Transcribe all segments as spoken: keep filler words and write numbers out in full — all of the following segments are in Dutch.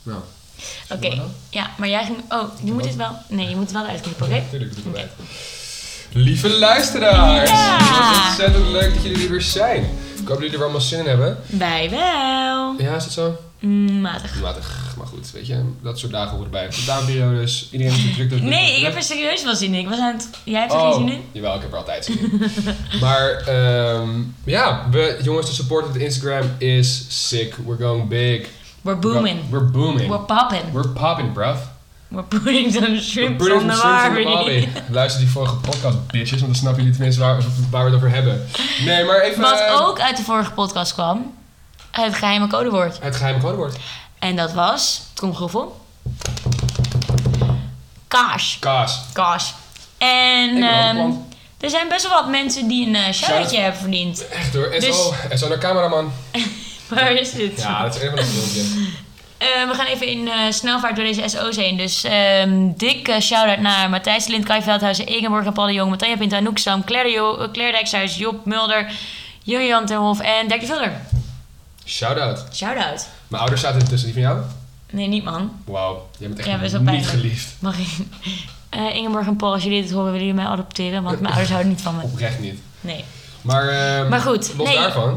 Nou. Oké, okay. Ja, maar jij ging... Oh, je moet het wel... Nee, je moet het wel uitknippen, oké? Ja, natuurlijk doe ik het okay. Lieve luisteraars! Ja. Wat ontzettend leuk dat jullie er weer zijn. Ik hoop dat jullie er wel allemaal zin in hebben. Wij wel. Ja, is het zo? Mm, matig. Matig, maar goed, weet je, dat soort dagen horen erbij. Dagperiodes, iedereen is druk. druk Nee, druk. ik heb er serieus wel zin in. Ik was aan het... Jij hebt er oh, geen zin in? Jawel, ik heb er altijd zin in. Maar um, ja, we, jongens, de support op de Instagram is sick. We're going big. We're booming. We're, we're booming. We're popping. We're popping, bruv. We're putting some shrimps We're on the barbie. Luister die vorige podcast, bitches, want dan snappen jullie tenminste waar, waar we het over hebben. Nee, maar even... Wat ook uit de vorige podcast kwam, het geheime codewoord. Het geheime codewoord. En dat was, tromgeroffel, kaas. Kaas. Kaas. En um, er zijn best wel wat mensen die een uh, shout-outje hebben verdiend. Echt hoor, S O, dus... S O naar cameraman. Waar is dit? Ja, dat is even een filmpje. Uh, we gaan even in uh, snelvaart door deze S O's heen. Dus um, dik uh, shout-out naar Matthijs de Lind, Kai Veldhuizen, Egenborg en Paul de Jong, Matanja Pinto, Anouk Stam, Claire, jo- Claire Dijkshuis, Job Mulder, Julian ten Hof en Dirk de Vilder. Shout-out. Shout-out. Mijn ouders zaten er tussen, die van jou? Nee, niet man. Wauw, jij bent echt ja, niet pijnlijk. Geliefd. Mag ik? Uh, Ingeborg en Paul, als jullie dit horen, willen jullie mij adopteren? Want mijn ouders houden niet van me. Oprecht niet. Nee. Maar, um, maar goed, los nee, daarvan.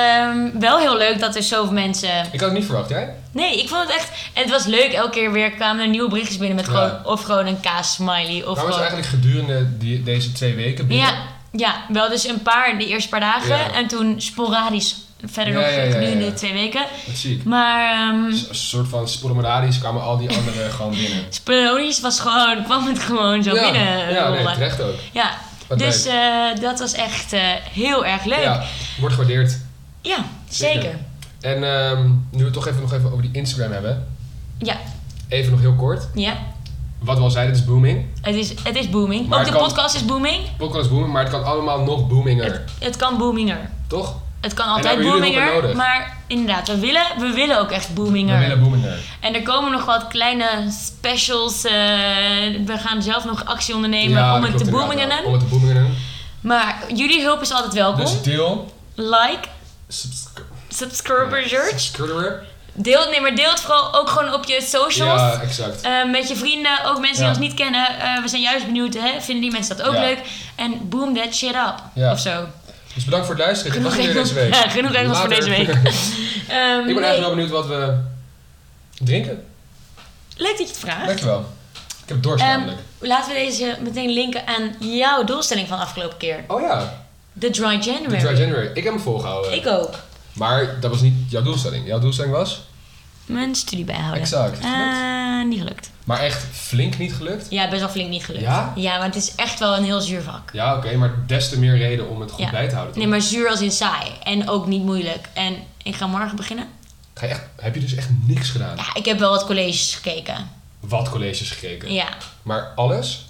Um, wel heel leuk dat er zoveel mensen... Ik had het niet verwacht, jij? Nee, ik vond het echt... En het was leuk, elke keer weer kwamen er nieuwe berichtjes binnen met ja. gewoon... Of gewoon een kaas-smiley, of gewoon... eigenlijk gedurende die, deze twee weken binnen? Ja, ja, wel dus een paar, de eerste paar dagen. Ja. En toen sporadisch verder ja, nog ja, ja, gedurende ja, ja. twee weken. Dat zie ik. Maar... Um, een soort van sporadisch kwamen al die anderen gewoon binnen. Sporadisch was gewoon... kwam het gewoon zo ja, binnen. Ja, nee, terecht ook. Ja. Wat dus uh, dat was echt uh, heel erg leuk. Ja, wordt gewaardeerd. Ja, zeker. zeker. En um, nu we het toch even nog even over die Instagram hebben. Ja. Even nog heel kort. Ja. Wat we al zeiden, het is booming. Het is, het is booming. Maar Ook de kan, podcast is booming. De podcast is booming, maar het kan allemaal nog boominger. Het, het kan boominger. Toch? Het kan altijd boominger, maar inderdaad, we willen, we willen ook echt boominger. We willen boominger. En er komen nog wat kleine specials. Uh, we gaan zelf nog actie ondernemen ja, om het te boomingen. Om het te boomingen. Maar jullie hulp is altijd welkom. Dus deel. Like. Subscri- subscriber search. Subscriber. Deel, nee, maar deel het vooral ook gewoon op je socials. Ja, exact. Uh, met je vrienden, ook mensen ja. die ons niet kennen. Uh, we zijn juist benieuwd, hè? Vinden die mensen dat ook ja. leuk? En boom that shit up. Ja. Of zo. Dus bedankt voor het luisteren. Genoeg Dit was weer deze week. Ja, genoeg Engels voor deze week. um, ik ben nee. eigenlijk wel benieuwd wat we drinken. Leuk dat je het vraagt. Dankjewel. Ik heb dorst namelijk. Um, laten we deze meteen linken aan jouw doelstelling van de afgelopen keer. Oh ja. The Dry January. The Dry January. Ik heb hem volgehouden. Ik ook. Maar dat was niet jouw doelstelling. Jouw doelstelling was? Mijn studie bijhouden. Exact. Uh, niet gelukt. Maar echt flink niet gelukt? Ja, best wel flink niet gelukt. Ja? Ja, maar het is echt wel een heel zuur vak. Ja, oké. Okay, maar des te meer reden om het goed ja. bij te houden, toch? Nee, maar zuur als in saai. En ook niet moeilijk. En ik ga morgen beginnen. Ga je echt, heb je dus echt niks gedaan? Ja, ik heb wel wat colleges gekeken. Wat colleges gekeken? Ja. Maar alles?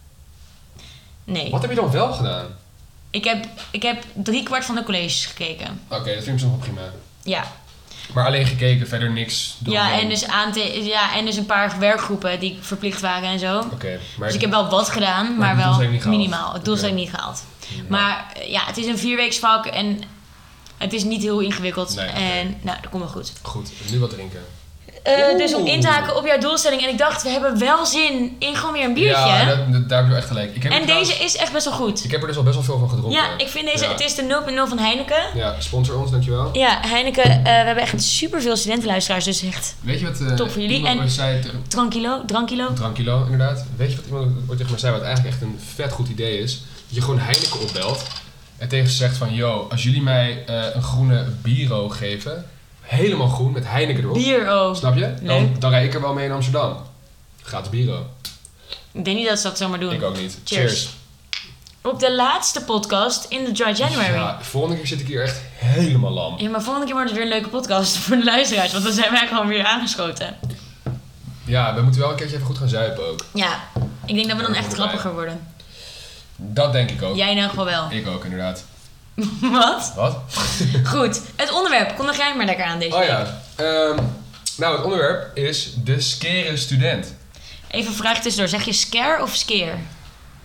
Nee. Wat heb je dan wel gedaan? Ik heb, ik heb drie kwart van de colleges gekeken. Oké, okay, dat vind ik nog prima. Ja. Maar alleen gekeken, verder niks doen. Ja, en dus, aan te, ja, en dus een paar werkgroepen die verplicht waren en zo. Oké. Okay, dus ik heb wel wat gedaan, maar, maar wel minimaal. Het doelstelling okay. niet gehaald. Minimaal. Maar ja, het is een vierweeksvak en het is niet heel ingewikkeld. Nee, okay. En nou, dat komt wel goed. Goed, nu wat drinken. Uh, dus om in te haken op jouw doelstelling. En ik dacht, we hebben wel zin in gewoon weer een biertje. Ja, dat, dat, daar heb je echt gelijk. Ik heb en trouwens, deze is echt best wel goed. Ik heb er dus al best wel veel van gedronken. Ja, ik vind deze... Ja. Het is de nul punt nul van Heineken. Ja, sponsor ons, dankjewel. Ja, Heineken. Uh, we hebben echt superveel studentenluisteraars, dus echt Weet je wat uh, top voor jullie. En zei... Drankilo, Drankilo. Drankilo, inderdaad. Weet je wat iemand ooit tegen me zei, wat eigenlijk echt een vet goed idee is? Dat je gewoon Heineken opbelt en tegen ze zegt van... Yo, als jullie mij uh, een groene biro geven... Helemaal groen, met Heineken erop. Bier, snap je? Dan, dan rijd ik er wel mee in Amsterdam. Gratis biro. Ik denk niet dat ze dat zomaar doen. Ik ook niet. Cheers. Cheers. Op de laatste podcast in de Dry January. Ja, volgende keer zit ik hier echt helemaal lam. Ja, maar volgende keer wordt het weer een leuke podcast voor de luisteraars. Want dan zijn wij gewoon weer aangeschoten. Ja, we moeten wel een keertje even goed gaan zuipen ook. Ja, ik denk dat we dan echt grappiger worden. Dat denk ik ook. Jij in ieder geval wel. Ik ook, inderdaad. Wat? Wat? Goed, het onderwerp. Kom nog jij maar lekker aan deze oh, week. Ja. Um, nou, het onderwerp is de skere student. Even een vraag tussendoor. Zeg je scare of scare?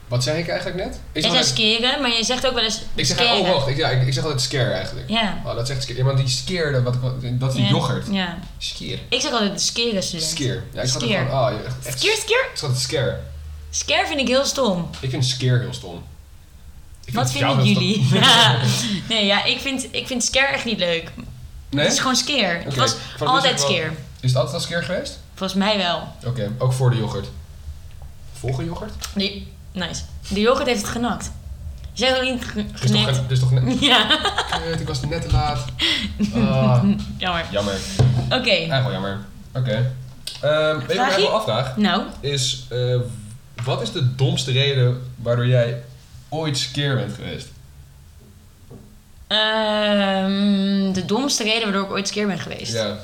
Wat zeg ik eigenlijk net? Ik zei skeren, maar je zegt ook wel eens Ik zeg, skeren. oh wacht, ik, ja, ik, ik zeg altijd scare eigenlijk. Ja. Oh, dat zegt scare. Ja, maar die scare, dat, dat is die Ja. yoghurt. Ja. Scare. Ik zeg altijd de skeren student. Scare. Ja, ik schat Scare. het gewoon, oh, echt, echt, Scare, scare? ik schat het scare. Scare vind ik heel stom. Ik vind scare heel stom. Ik Wat jou vinden heel jullie? stom. Ja. Nee, ja, ik vind, ik vind scare echt niet leuk. Nee? Het is gewoon scare. Oké. Het was Van altijd dus ook wel- scare. Is het altijd al scare geweest? Volgens mij wel. Oké, okay. Ook voor de yoghurt. Volgen yoghurt? Die, nice. De yoghurt heeft het genakt. Je zegt ook niet ge- Dit is toch, genekt. dit is toch net... Ja. Kut, ik was net te laat. Ah, Jammer. jammer. Oké. Eigenlijk wel jammer. Oké. Okay. Um, weet je wat ik me afvraag? Nou. Is, uh, wat is de domste reden waardoor jij ooit scare bent geweest? Um, de domste reden waardoor ik ooit scare ben geweest. Ja.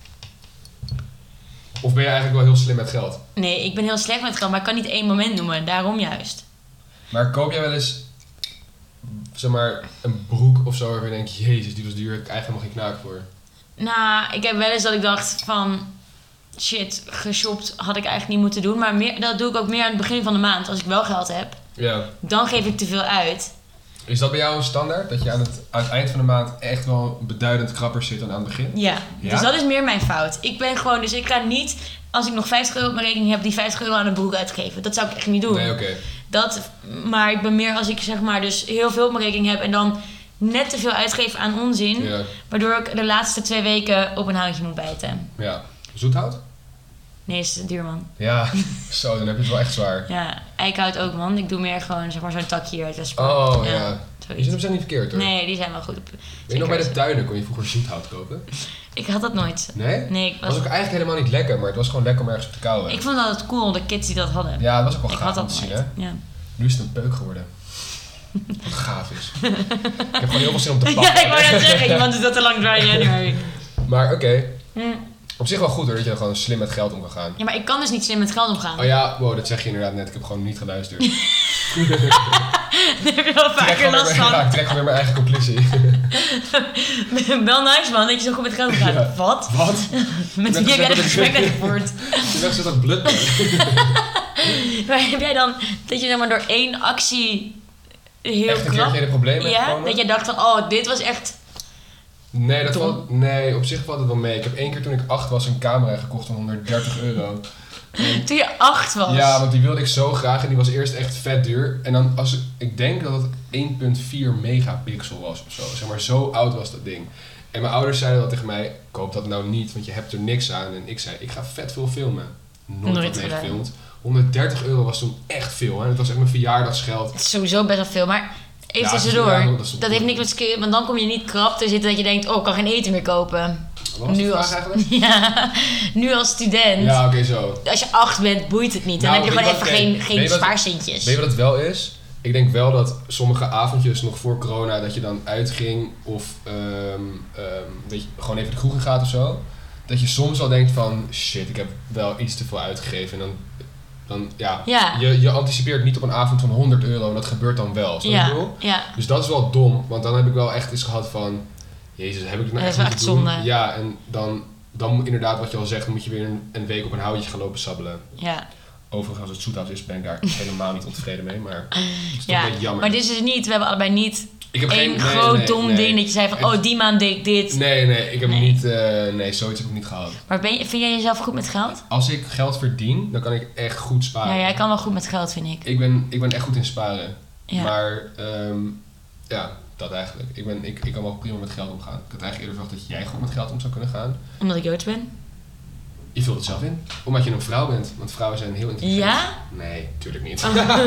Of ben je eigenlijk wel heel slim met geld? Nee, ik ben heel slecht met geld, maar ik kan niet één moment noemen. Daarom juist. Maar koop jij wel eens, zeg maar, een broek of zo waarvan je denkt, jezus, die was duur, heb ik eigenlijk helemaal geen knaak voor? Nou, ik heb wel eens dat ik dacht van... Shit, geshopt had ik eigenlijk niet moeten doen. Maar meer, dat doe ik ook meer aan het begin van de maand. Als ik wel geld heb, Ja. dan geef ik te veel uit. Is dat bij jou een standaard? Dat je aan het, aan het eind van de maand echt wel beduidend krapper zit dan aan het begin? Ja, Ja? dus dat is meer mijn fout. Ik ben gewoon, dus ik ga niet, als ik nog vijftig euro op mijn rekening heb, die vijftig euro aan een broek uitgeven. Dat zou ik echt niet doen. Nee, oké. Okay. Dat, maar ik ben meer als ik zeg maar dus heel veel op mijn rekening heb en dan net te veel uitgeef aan onzin. Ja. Waardoor ik de laatste twee weken op een houtje moet bijten. Ja. Zoethout? Nee, is duur man. Ja, zo, dan heb je het wel echt zwaar. Ja, eikenhout ook man. Ik doe meer gewoon zeg maar zo'n takje hier uit de sport. Oh ja. ja. Die zijn op zich niet verkeerd hoor. Nee, die zijn wel goed. Weet je nog, bij de tuinen kon je vroeger zoethout kopen? Ik had dat nooit. Nee? Nee, ik Het was... was ook eigenlijk helemaal niet lekker, maar het was gewoon lekker om ergens op te kauwen. Ik vond dat het cool, de kids die dat hadden. Ja, het was ook wel Ik gaaf had om dat te zien, nooit. hè? Ja. Nu is het een peuk geworden. Wat gaaf is. Ik heb gewoon heel veel zin om te pakken. Ja, ik wou net zeggen, iemand doet dat te lang dry January. Maar oké, okay. Hm. Op zich wel goed hoor, dat je gewoon slim met geld om kan gaan. Ja, maar ik kan dus niet slim met geld omgaan. Oh ja, wow, dat zeg je inderdaad net. Ik heb gewoon niet geluisterd. Daar heb je wel vaker last van. Ja, ik trek gewoon weer mijn eigen conclusie. Wel nice man, dat je zo goed met geld omgaat. Ja. Wat? Wat? Met wie heb jij dat gesprek net gevoerd? Je bent zo dat blut ben. Maar heb jij dan, dat je zeg maar door één actie heel Echt een keer krap... geen probleem mee Ja, gekomen? dat je dacht van, oh, dit was echt... Nee, dat Dom. valt, nee, op zich valt het wel mee. Ik heb één keer toen ik acht was een camera gekocht van honderddertig euro. En, Toen je acht was. ja, want die wilde ik zo graag en die was eerst echt vet duur. En dan, als ik, ik denk dat het één komma vier megapixel was of zo. Zeg maar, zo oud was dat ding. En mijn ouders zeiden dat tegen mij, koop dat nou niet, want je hebt er niks aan. En ik zei, ik ga vet veel filmen. Nooit, Nooit wat mee gedaan. gefilmd. honderddertig euro was toen echt veel, hè. Het was echt mijn verjaardagsgeld. Het is sowieso best wel veel, maar even Ja, tussendoor. ja, dat, dat is- heeft niks met skill, want dan kom je niet krap te zitten dat je denkt, oh, ik kan geen eten meer kopen. Wat was de Nu vraag als, eigenlijk? ja, nu als student. Ja, oké, zo. Als je acht bent, boeit het niet. Dan Nou, heb je weet gewoon je even wat- geen, weet geen je wat- spaarcentjes. Weet je wat het wel is? Ik denk wel dat sommige avondjes nog voor corona dat je dan uitging of ehm, ehm, weet je, gewoon even de kroeg in gaat of zo. Dat je soms al denkt van shit, ik heb wel iets te veel uitgegeven. En dan, dan ja, Ja. Je, je anticipeert niet op een avond van honderd euro en dat gebeurt dan wel. Snap je wat ik Ja, bedoel? ja. Dus dat is wel dom, want dan heb ik wel echt eens gehad van jezus, heb ik het nou Ja, echt dat is wel moeten echt doen? zonde. Ja, en dan, dan moet inderdaad wat je al zegt, dan moet je weer een, een week op een houtje gaan lopen sabbelen. Ja, Overigens, als het zoethout is, ben ik daar helemaal niet ontevreden mee, maar het is toch ja. een beetje jammer. Maar dit is dus niet, we hebben allebei niet Ik heb één geen, nee, groot nee, dom nee. ding dat je zei van, Het- oh, die maand deed ik dit. Nee, nee, ik heb Nee. niet, uh, nee, zoiets heb ik niet gehad. Maar ben je, vind jij jezelf goed met geld? Als ik geld verdien, dan kan ik echt goed sparen. Ja, jij kan wel goed met geld, vind ik. Ik ben, ik ben echt goed in sparen. Ja. Maar, um, ja, dat eigenlijk. Ik, ben, ik, ik kan wel prima met geld omgaan. Ik had eigenlijk eerder verwacht dat jij goed met geld om zou kunnen gaan. Omdat ik Joods ben? Je vult het zelf in. Omdat je een vrouw bent. Want vrouwen zijn heel intelligent. Ja? Nee, tuurlijk niet.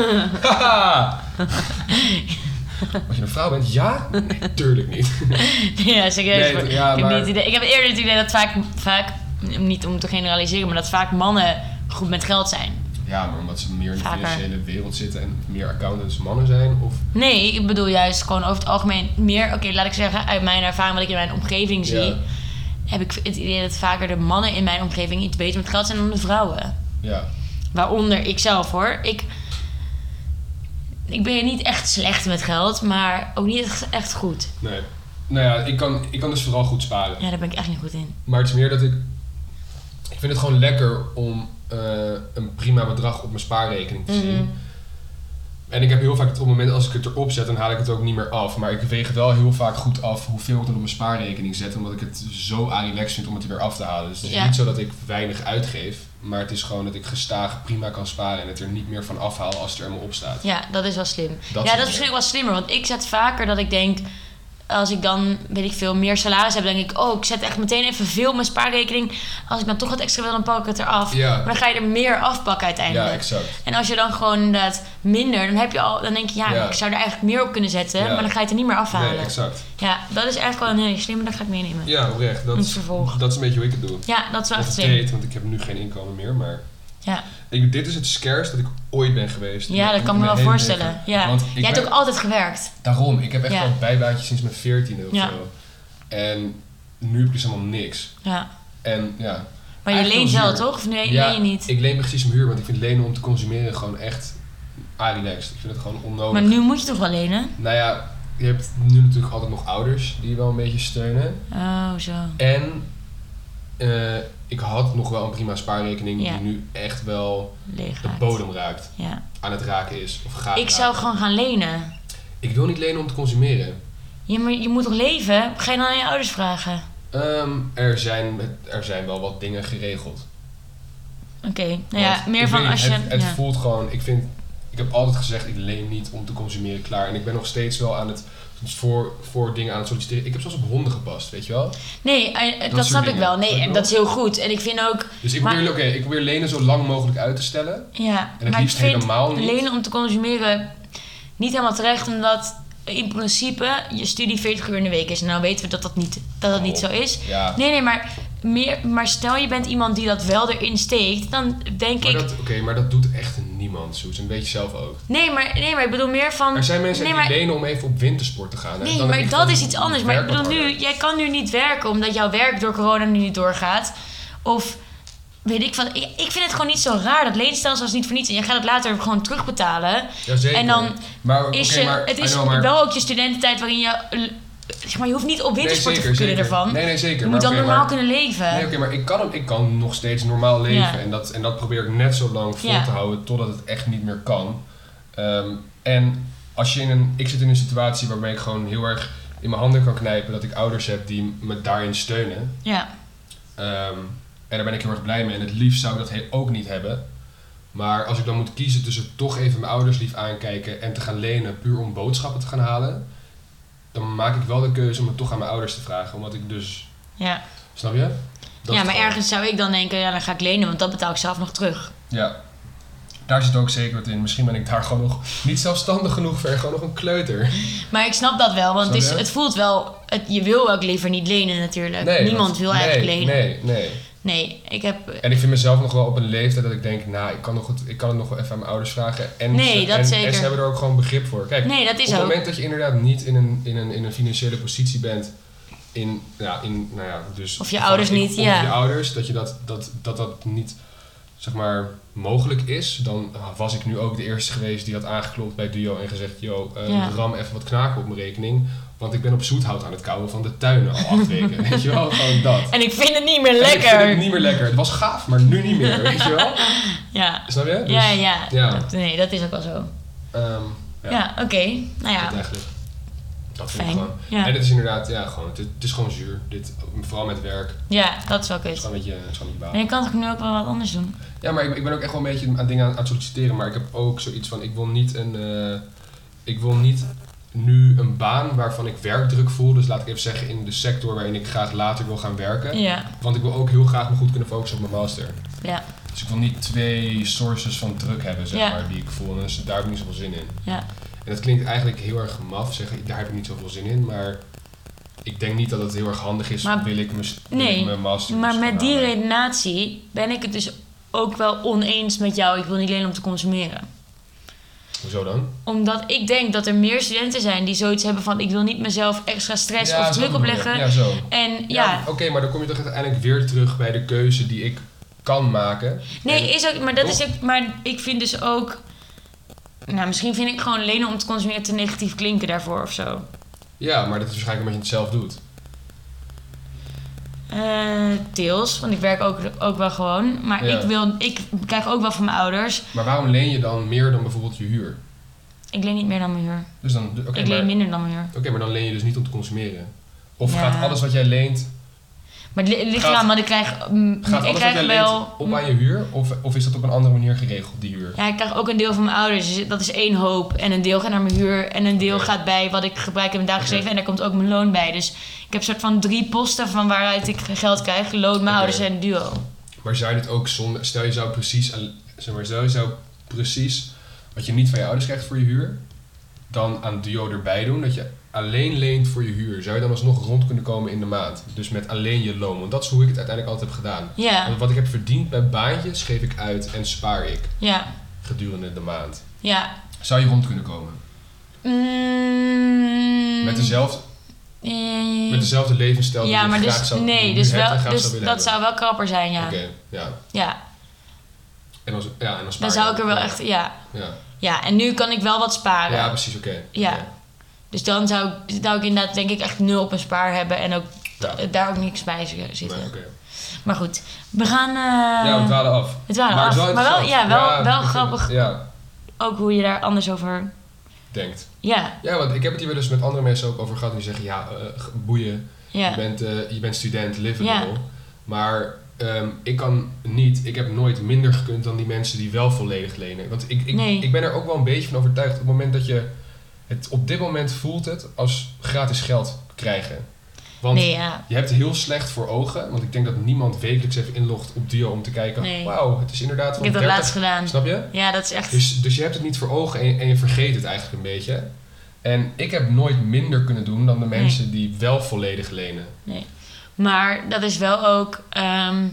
Omdat je een vrouw bent? Ja? Nee, tuurlijk niet. Ja, serieus. Nee, maar ja, ik, heb maar- niet het idee, ik heb eerder het idee dat vaak, vaak, niet om te generaliseren, maar dat vaak mannen goed met geld zijn. Ja, maar omdat ze meer in de Vaker. financiële wereld zitten en meer accountants mannen zijn? Of... Nee, ik bedoel juist gewoon over het algemeen meer, oké, laat ik zeggen, uit mijn ervaring, wat ik in mijn omgeving zie, Ja. heb ik het idee dat vaker de mannen in mijn omgeving iets beter met geld zijn dan de vrouwen. Ja. Waaronder ik zelf hoor. Ik, ik ben niet echt slecht met geld, maar ook niet echt, echt goed. Nee. Nou ja, ik kan, ik kan dus vooral goed sparen. Ja, daar ben ik echt niet goed in. Maar het is meer dat ik... Ik vind het gewoon lekker om uh, een prima bedrag op mijn spaarrekening te zien. Mhm. En ik heb heel vaak het op het moment als ik het erop zet, dan haal ik het ook niet meer af. Maar ik weeg het wel heel vaak goed af hoeveel ik dan op mijn spaarrekening zet. Omdat ik het zo relaxed vind om het er weer af te halen. Dus het is Ja. niet zo dat ik weinig uitgeef. Maar het is gewoon dat ik gestaag prima kan sparen en het er niet meer van afhaal als het er helemaal op staat. Ja, dat is wel slim. Dat ja, is dat is misschien ook wel slimmer. Want ik zet vaker dat ik denk... Als ik dan, weet ik veel, meer salaris heb, denk ik... Oh, ik zet echt meteen even veel op mijn spaarrekening. Als ik dan toch wat extra wil, dan pak ik het eraf. Ja. Maar dan ga je er meer afpakken uiteindelijk. Ja, exact. En als je dan gewoon inderdaad minder... Dan heb je al, dan denk je, ja, Ja. ik zou er eigenlijk meer op kunnen zetten. Ja. Maar dan ga je het er niet meer afhalen. Nee, exact. Ja, dat is eigenlijk wel een hele slimme. Dat ga ik meenemen. Ja, oprecht. Dat Het is, vervolg. dat is een beetje hoe ik het doe. Ja, dat is wel Of echt het slim. deed, want ik heb nu geen inkomen meer, maar... Ja. Ik, dit is het scarce dat ik ooit ben geweest. Ja, dat In kan me mijn wel hele voorstellen. leven. Ja. Want ik Jij hebt ben- ook altijd gewerkt. Daarom, ik heb echt Ja. wel een bijbaantje sinds mijn veertiende of Ja. zo. En nu heb ik dus helemaal niks. Ja. En ja... Maar je eigenlijk leent wel wel, zuur. toch? Of nee, Ja, leen je niet? ik leen precies mijn huur, want ik vind lenen om te consumeren gewoon echt relaxed. Ik vind het gewoon onnodig. Maar nu moet je toch wel lenen? Nou ja, je hebt nu natuurlijk altijd nog ouders die je wel een beetje steunen. Oh, zo. En eh, ik had nog wel een prima spaarrekening Ja. die nu echt wel Leeg de raakt. bodem raakt. Ja. Aan het raken is. Of gaat Ik raken. zou gewoon gaan lenen. Ik wil niet lenen om te consumeren. Ja, maar je moet toch leven? Ga je dan aan je ouders vragen? Ehm, er, zijn, er zijn wel wat dingen geregeld. Oké, nou ja, Want meer ik van weet als niet, je... Het, het ja. voelt gewoon, ik vind, ik heb altijd gezegd, ik leen niet om te consumeren, klaar. En ik ben nog steeds wel aan het, soms voor, voor dingen aan het solliciteren. Ik heb zelfs op honden gepast, weet je wel. Nee, eh, dat, soort snap ik dingen. wel. Nee, Snap je en wel? dat is heel goed. En ik vind ook... Dus ik Maar- probeer, oké, ik probeer lenen zo lang mogelijk uit te stellen. Ja, En het maar ik liefst vind helemaal niet. lenen om te consumeren niet helemaal terecht, omdat in principe je studie veertig uur in de week is. En nou weten we dat dat niet, dat dat niet Oh, zo is. Ja, Nee, nee, maar, meer, maar stel je bent iemand die dat wel erin steekt, dan denk maar ik... dat, oké, maar dat doet echt niemand, Soes. En weet je zelf ook. Nee maar, nee, maar ik bedoel meer van... Er zijn mensen nee, die maar, lenen om even op wintersport te gaan. hè. nee, Dan heb maar ik dat van, is iets anders. Maar ik werk wat bedoel nu, harder. jij kan nu niet werken omdat jouw werk door corona nu niet doorgaat. Of weet ik van... Ik, ik vind het gewoon niet zo raar. Dat leenstelsel is niet voor niets. En je gaat het later gewoon terugbetalen. Jazeker. En dan maar, is oké, je, maar, het I is know, maar, wel ook je studententijd waarin je... eh, Zeg maar, je hoeft niet op wintersport nee, te zeker, kunnen zeker. ervan. Nee, nee, zeker. Je maar moet dan oké, normaal maar- kunnen leven. Nee, oké, maar ik kan, hem, ik kan nog steeds normaal leven. Ja. En, dat, en dat probeer ik net zo lang vol Ja. te houden totdat het echt niet meer kan. Ehm, en als je in een, ik zit in een situatie waarbij ik gewoon heel erg in mijn handen kan knijpen dat ik ouders heb die me daarin steunen. Ja, Ehm, en daar ben ik heel erg blij mee. En het liefst zou ik dat he- ook niet hebben. Maar als ik dan moet kiezen tussen toch even mijn ouders lief aankijken en te gaan lenen puur om boodschappen te gaan halen, dan maak ik wel de keuze om het toch aan mijn ouders te vragen. Omdat ik dus... ja. Snap je? Dat ja is maar gewoon- ergens zou ik dan denken, ja, dan ga ik lenen, want dat betaal ik zelf nog terug. Ja, daar zit ook zeker wat in. Misschien ben ik daar gewoon nog niet zelfstandig genoeg voor. Gewoon nog een kleuter. Maar ik snap dat wel, want het, is, Snap je? het voelt wel... Het, je wil ook liever niet lenen natuurlijk. Nee, Niemand dat- wil nee, eigenlijk lenen. Nee, nee. Nee, ik heb... En ik vind mezelf nog wel op een leeftijd dat ik denk, nou, ik kan, nog het, ik kan het nog wel even aan mijn ouders vragen. En, Nee, ze, dat en, zeker. en ze hebben er ook gewoon begrip voor. Kijk, Nee, dat is op het ook. moment dat je inderdaad niet in een, in een, in een financiële positie bent, in, ja, in, nou ja, dus... Of je ouders ik- niet, of ja. je ouders, dat je dat, dat, dat, dat niet, zeg maar, mogelijk is, dan was ik nu ook de eerste geweest die had aangeklopt bij Duo en gezegd, yo, eh, Ja. ram even wat knaken op mijn rekening, want ik ben op zoethout aan het kauwen van de tuinen al acht weken. Weet je wel, gewoon dat. En ik vind het niet meer En ik vind lekker. het niet meer lekker. Het was gaaf, maar nu niet meer, weet je wel? Ja, Snap je? Dus, ja, ja. ja. Dat- nee, dat is ook wel zo. ehm, ja, Ja, oké. Nou ja, dat eigenlijk. Dat vind ik fijn. gewoon. Ja. En het is inderdaad, ja, gewoon, het, het is gewoon zuur. Dit, vooral met werk. ja, dat is wel Het is kut. gewoon een beetje, het is gewoon niet En baan. je kan toch nu ook wel wat anders doen? Ja, maar ik, ik ben ook echt wel een beetje aan dingen aan, aan het solliciteren. Maar ik heb ook zoiets van, ik wil niet een... eh, ik wil niet nu een baan waarvan ik werkdruk voel. Dus laat ik even zeggen in de sector waarin ik graag later wil gaan werken. Ja, Want ik wil ook heel graag me goed kunnen focussen op mijn master. ja, Dus ik wil niet twee sources van druk hebben, zeg Ja. maar, die ik voel. En dus daar heb ik niet zoveel zin in. ja. En dat klinkt eigenlijk heel erg maf, zeggen, daar heb ik niet zoveel zin in. Maar ik denk niet dat het heel erg handig is, Maar- wil ik mijn, wil Nee, ik mijn master Maar dus met gaan die halen. redenatie ben ik het dus ook wel oneens met jou. Ik wil niet lenen om te consumeren. Hoezo dan? Omdat ik denk dat er meer studenten zijn die zoiets hebben van... ik wil niet mezelf extra stress Ja, of zo druk bedoel ik. opleggen. Ja, zo. En ja, Ja, Oké, maar dan kom je toch uiteindelijk weer terug bij de keuze die ik kan maken. nee, En- is ook, maar dat is Toch? ook... Maar ik vind dus ook... Nou, misschien vind ik gewoon lenen om te consumeren te negatief klinken daarvoor of zo. Ja, maar dat is waarschijnlijk omdat je het zelf doet. Eh, deels, want ik werk ook, ook wel gewoon. Maar Ja. ik, wil, ik krijg ook wel van mijn ouders. Maar waarom leen je dan meer dan bijvoorbeeld je huur? Ik leen niet meer dan mijn huur. Dus dan, okay, ik leen maar, minder dan mijn huur. Oké, okay, maar dan leen je dus niet om te consumeren. Of Ja. gaat alles wat jij leent... Maar het ligt Gaat- eraan, want ik krijg, mm, Gaat ik alles krijg wat jij wel... leent op aan je huur? Of, of is dat op een andere manier geregeld, die huur? Ja, ik krijg ook een deel van mijn ouders. Dus dat is één hoop. En een deel gaat naar mijn huur. En een deel Oké. gaat bij wat ik gebruik in mijn dagelijks Oké. leven. En daar komt ook mijn loon bij. Dus ik heb een soort van drie posten van waaruit ik geld krijg. Loon, mijn Oké. ouders en duo. Maar zou je het ook zonder... Stel je zou precies... aan- Zeg maar, stel je zou precies... Wat je niet van je ouders krijgt voor je huur... Dan aan duo erbij doen. Dat je alleen leent voor je huur. Zou je dan alsnog rond kunnen komen in de maand? Dus met alleen je loon. Want dat is hoe ik het uiteindelijk altijd heb gedaan. Ja, Want wat ik heb verdiend bij baantjes... Geef ik uit en spaar ik. ja, Gedurende de maand. ja. Zou je rond kunnen komen? Mm, Met dezelfde, eh, met dezelfde levensstijl die ja, je maar graag dus, zou nee, nu dus, hebt en wel, graag dus zou willen dat zou hebben. wel krapper zijn, ja. Oké, ja. Ja, En dan, ja, en dan spaar dan zou je ik er wel ja. echt, ja. Ja, Ja, en nu kan ik wel wat sparen. ja precies, oké. Ja. Oké. Dus dan zou ik, zou ik inderdaad denk ik echt nul op een spaar hebben en ook Ja. daar ook niks bij zitten. Nee, oké. Maar goed, we gaan... eh, Ja, we dwalen af. we dwalen Maar het af. is wel Maar wel, interessant. ja, wel, Ja, wel ik vind grappig het- Ja, ook hoe je daar anders over... denkt. Ja, Ja, want ik heb het hier wel eens met andere mensen ook over gehad. Die zeggen, ja, eh, boeien. ja, Je, bent, eh, je bent student, live a Ja. little. Maar ehm, ik kan niet, ik heb nooit minder gekund dan die mensen die wel volledig lenen. Want ik, ik, Nee. ik ben er ook wel een beetje van overtuigd. Op het moment dat je het, op dit moment voelt het als gratis geld krijgen. Want nee, ja. je hebt heel slecht voor ogen. Want ik denk dat niemand wekelijks even inlogt op Duo om te kijken. Nee. Wauw, het is inderdaad Ik van heb dat dertig. laatst gedaan. Snap je? Ja, dat is echt... Dus, dus je hebt het niet voor ogen en, en je vergeet het eigenlijk een beetje. En ik heb nooit minder kunnen doen dan de mensen die wel volledig lenen. Nee. Maar dat is wel ook... ehm,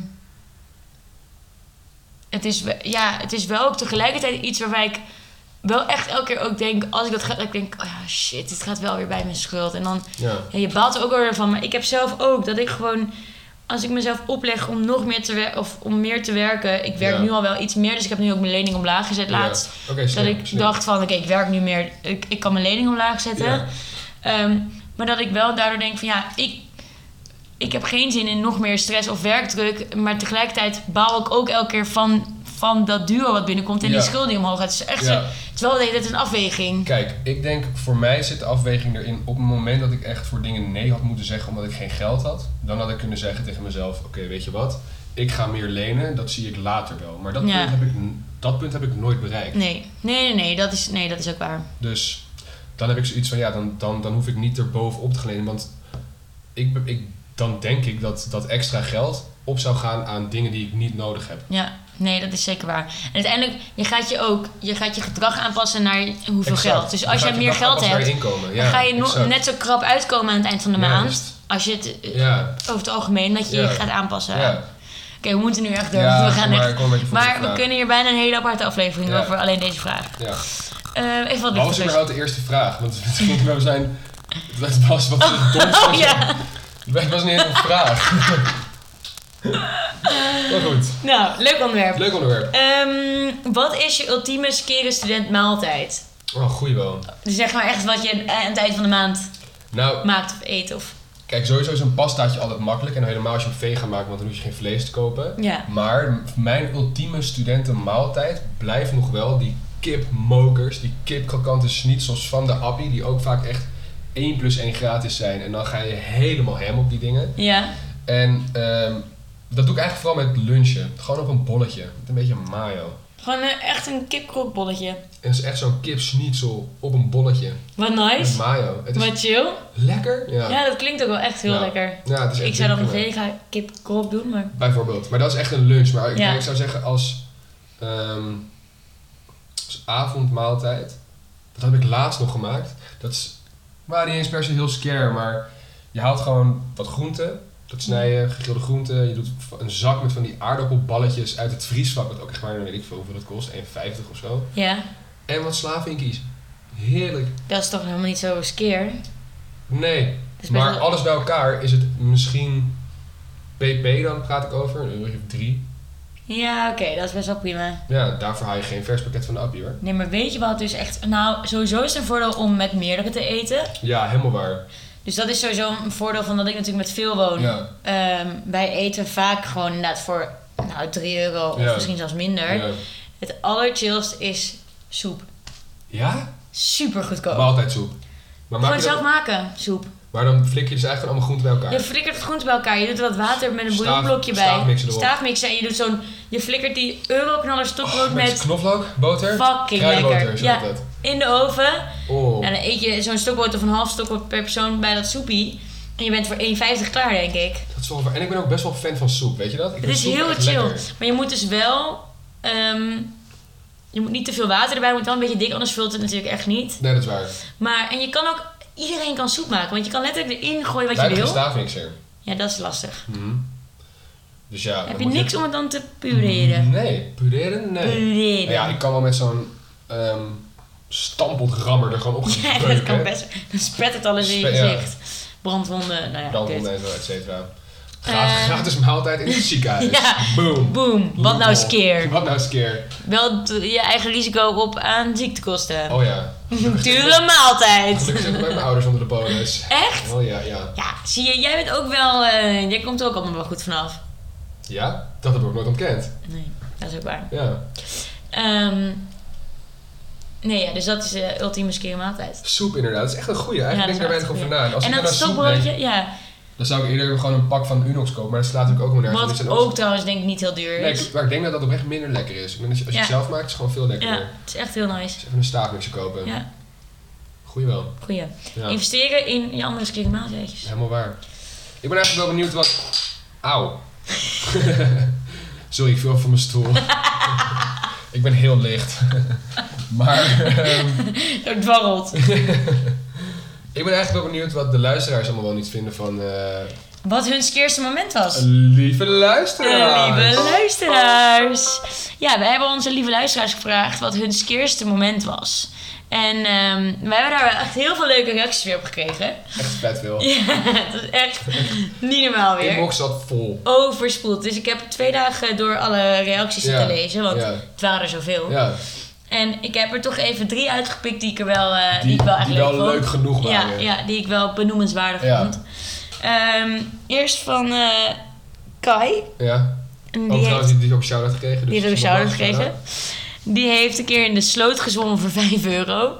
het, is, we- ja, het is wel ook tegelijkertijd iets waarbij ik wel echt elke keer ook denk... Als ik dat ga, dat ik denk... Oh ja, shit, dit gaat wel weer bij mijn schuld. En dan... Ja. Ja, je baalt er ook wel weer van. Maar ik heb zelf ook dat ik gewoon... Als ik mezelf opleg om nog meer te werken... Of om meer te werken... Ik werk Ja. nu al wel iets meer. Dus ik heb nu ook mijn lening omlaag gezet laatst. Ja. Oké, Dat slim, ik slim. dacht van... Oké, ik werk nu meer... Ik, ik kan mijn lening omlaag zetten. Ja. Ehm, maar dat ik wel daardoor denk van... Ja, ik... Ik heb geen zin in nog meer stress of werkdruk. Maar tegelijkertijd baal ik ook elke keer van... Van dat duo wat binnenkomt. En Ja. die schuld die omhoog gaat. Het is echt Ja. zo... Het is wel de hele tijd een afweging. Kijk, ik denk voor mij zit de afweging erin op het moment dat ik echt voor dingen nee had moeten zeggen omdat ik geen geld had. Dan had ik kunnen zeggen tegen mezelf, oké, weet je wat, ik ga meer lenen, dat zie ik later wel. Maar dat, Ja. punt, heb ik, dat punt heb ik nooit bereikt. Nee, nee, nee, nee. Dat is, nee, dat is ook waar. Dus dan heb ik zoiets van, ja, dan, dan, dan hoef ik niet erbovenop te gaan lenen. Want ik, ik, dan denk ik dat dat extra geld op zou gaan aan dingen die ik niet nodig heb. Ja, nee, dat is zeker waar. En uiteindelijk, je gaat je ook, je gaat je gedrag aanpassen naar hoeveel Exact. geld. Dus Dan als gaat je je meer dag geld aanpassen naar hebt, je inkomen. dan Ja, ga je no- exact. net zo krap uitkomen aan het eind van de Ja, maand. juist. Als je het eh, Ja, over het algemeen, dat je Ja. je gaat aanpassen. ja. Oké, we moeten nu echt door. Ja, we gaan maar echt, ik kom een beetje voor maar de we vraag. kunnen hier bijna een hele aparte aflevering Ja. over alleen deze vraag. Ja. Eh, even wat Wat was lichter. überhaupt de eerste vraag? Want we zijn... Het was wat oh, dom. Oh ja, Het was niet eens een vraag. Maar goed. nou, leuk onderwerp. Leuk onderwerp. Ehm, wat is je ultieme skere student maaltijd? Oh, goeie wel. Dus zeg maar echt wat je aan het eind van de maand Nou, maakt of eet of... kijk, sowieso is een pastaatje altijd makkelijk. En helemaal als je hem vegan maakt, want dan hoef je geen vlees te kopen. Ja. Maar mijn ultieme studentenmaaltijd blijft nog wel die kipmokers, die kipkrokante schnitzels van de Appie, die ook vaak echt één plus één gratis zijn. En dan ga je helemaal hem op die dingen. Ja. En ehm, dat doe ik eigenlijk vooral met lunchen. Gewoon op een bolletje, met een beetje mayo. Gewoon eh, echt een kipkrookbolletje. En het is echt zo'n kipschnitzel op een bolletje. Wat Met nice. mayo. Het is Wat chill. lekker. Ja. Ja, dat klinkt ook wel echt heel Ja. lekker. Ja, het is echt Ik zou dan een prima. vega kipkrook doen, maar... Bijvoorbeeld. Maar dat is echt een lunch. Maar ik, Ja. ik zou zeggen als, ehm, als avondmaaltijd. Dat heb ik laatst nog gemaakt. Dat is maar niet eens per se heel scare. Maar je haalt gewoon wat groenten. Dat snij je, gegrilde groenten. Je doet een zak met van die aardappelballetjes uit het vriesvak. Wat ook echt maar, weet ik veel hoeveel dat kost. één vijftig of zo. Ja, En wat slavinkies. Heerlijk. dat is toch helemaal niet zo scare. Nee. is best Maar wel- alles bij elkaar is het misschien pp dan praat ik over. Een euro of drie. Ja, oké, dat is best wel prima. Ja, daarvoor haal je geen vers pakket van de Appie hoor. Nee, maar weet je wat dus echt... Nou, sowieso is het een voordeel om met meerdere te eten. Ja, helemaal waar. Dus dat is sowieso een voordeel van dat ik natuurlijk met veel woon. Ja. Ehm, wij eten vaak gewoon inderdaad voor nou, drie euro of Ja. misschien zelfs minder. Ja. Het allerchillst is soep. Ja? Super goedkoop. Maaltijdsoep. Maar maak Gewoon je zelf dat, maken, soep. maar dan flik je dus eigenlijk allemaal groenten bij elkaar. Je flikkert het groente bij elkaar. Je doet er wat water met een Staaf- bouillonblokje bij. staafmixer erop. Staafmixer. En je doet zo'n... Je flikkert die euroknaller stokbrood Oh, met, met... knoflook, boter, Fucking kruidenboter, lekker. zo Ja. heet dat. In de oven. Oh. En dan eet je zo'n stokbrood of een half stokbrood per persoon bij dat soepie. En je bent voor één vijftig klaar, denk ik. Dat is wel waar. En ik ben ook best wel fan van soep, weet je dat? Ik Het vind is soep heel echt chill. lekker. Maar je moet dus wel... ehm, je moet niet te veel water erbij. Je moet wel een beetje dik, anders vult het natuurlijk echt niet. Nee, dat is waar. Maar, en je kan ook... Iedereen kan soep maken. Want je kan letterlijk erin gooien wat Wij je hebben wil. geen staafmixer. Ja, dat is lastig. Mhm. Dus ja. Heb dan je moet niks om het dan te pureren? Nee, pureren? Nee. Pureren. Nou ja, ik kan wel met zo'n ehm stampotrammer er gewoon op Ja, beuken. dat kan best. Dan spet het alles in je Spe- ja. gezicht. Brandwonden, nou ja, Brandwonden kut. en zo, et cetera. Gratis, Eh. gratis maaltijd in het ziekenhuis. Ja. Boom. Boom. Wat nou eens keer. Wat nou eens keer. Wel t- je eigen risico op aan ziektekosten. Oh ja. Dure maaltijd. Gelukkig zitten mijn ouders onder de polis. Echt? Oh ja, ja. Ja, zie je, jij bent ook wel... eh, jij komt er ook allemaal wel goed vanaf. Ja? Dat heb ik ook nooit ontkend. Nee, dat is ook waar. Ja. Ehm, nee, ja, dus dat is de ultieme skere maaltijd. Soep inderdaad. Dat is echt een goeie. Ja, Eigenlijk dat denk is ik daar wel weinig over echt na. En als En ik dat dan naar soep denk, stokbroodje, ja. dan zou ik eerder gewoon een pak van Unox kopen. Maar dat slaat natuurlijk ook maar nergens. Wat op. Die ook, zijn trouwens denk ik niet heel duur Nee, is. ik- maar ik denk dat dat oprecht minder lekker is. Ik denk dat je- als je Ja. het zelf maakt, is het gewoon veel lekkerder. Ja, het is echt heel nice. Dus even een staafmixer kopen. Ja, Goeie wel. goeie. Ja. Investeren in je andere skere maaltijdjes. Helemaal waar. Ik ben eigenlijk wel benieuwd wat... Auw. Sorry, ik viel van mijn stoel. Ik ben heel licht. maar... ehm, Het dwarrelt. ik ben eigenlijk wel benieuwd wat de luisteraars allemaal wel niet vinden van... eh, Wat hun skeerste moment was. lieve De luisteraars. lieve luisteraars. Ja, wij hebben onze lieve luisteraars gevraagd wat hun skeerste moment was. En ehm wij hebben daar wel echt heel veel leuke reacties weer op gekregen. Echt vet veel. Ja, het is echt niet normaal weer. Inbox zat vol. Overspoeld. Dus ik heb twee dagen door alle reacties zitten Ja, lezen, want ja. het waren er zoveel. Ja, En ik heb er toch even drie uitgepikt die ik er wel, eh, die, die, ik wel echt die leuk wel vond. leuk genoeg Ja, waren. ja, die ik wel benoemenswaardig Ja. vond. Ehm, eerst van eh, Kai. Ja. En Ook die heeft, trouwens, die, die heeft ook een shout-out gekregen. Dus die heeft ook een nogmaals, shout-out gekregen. Die heeft een keer in de sloot gezwommen voor vijf euro.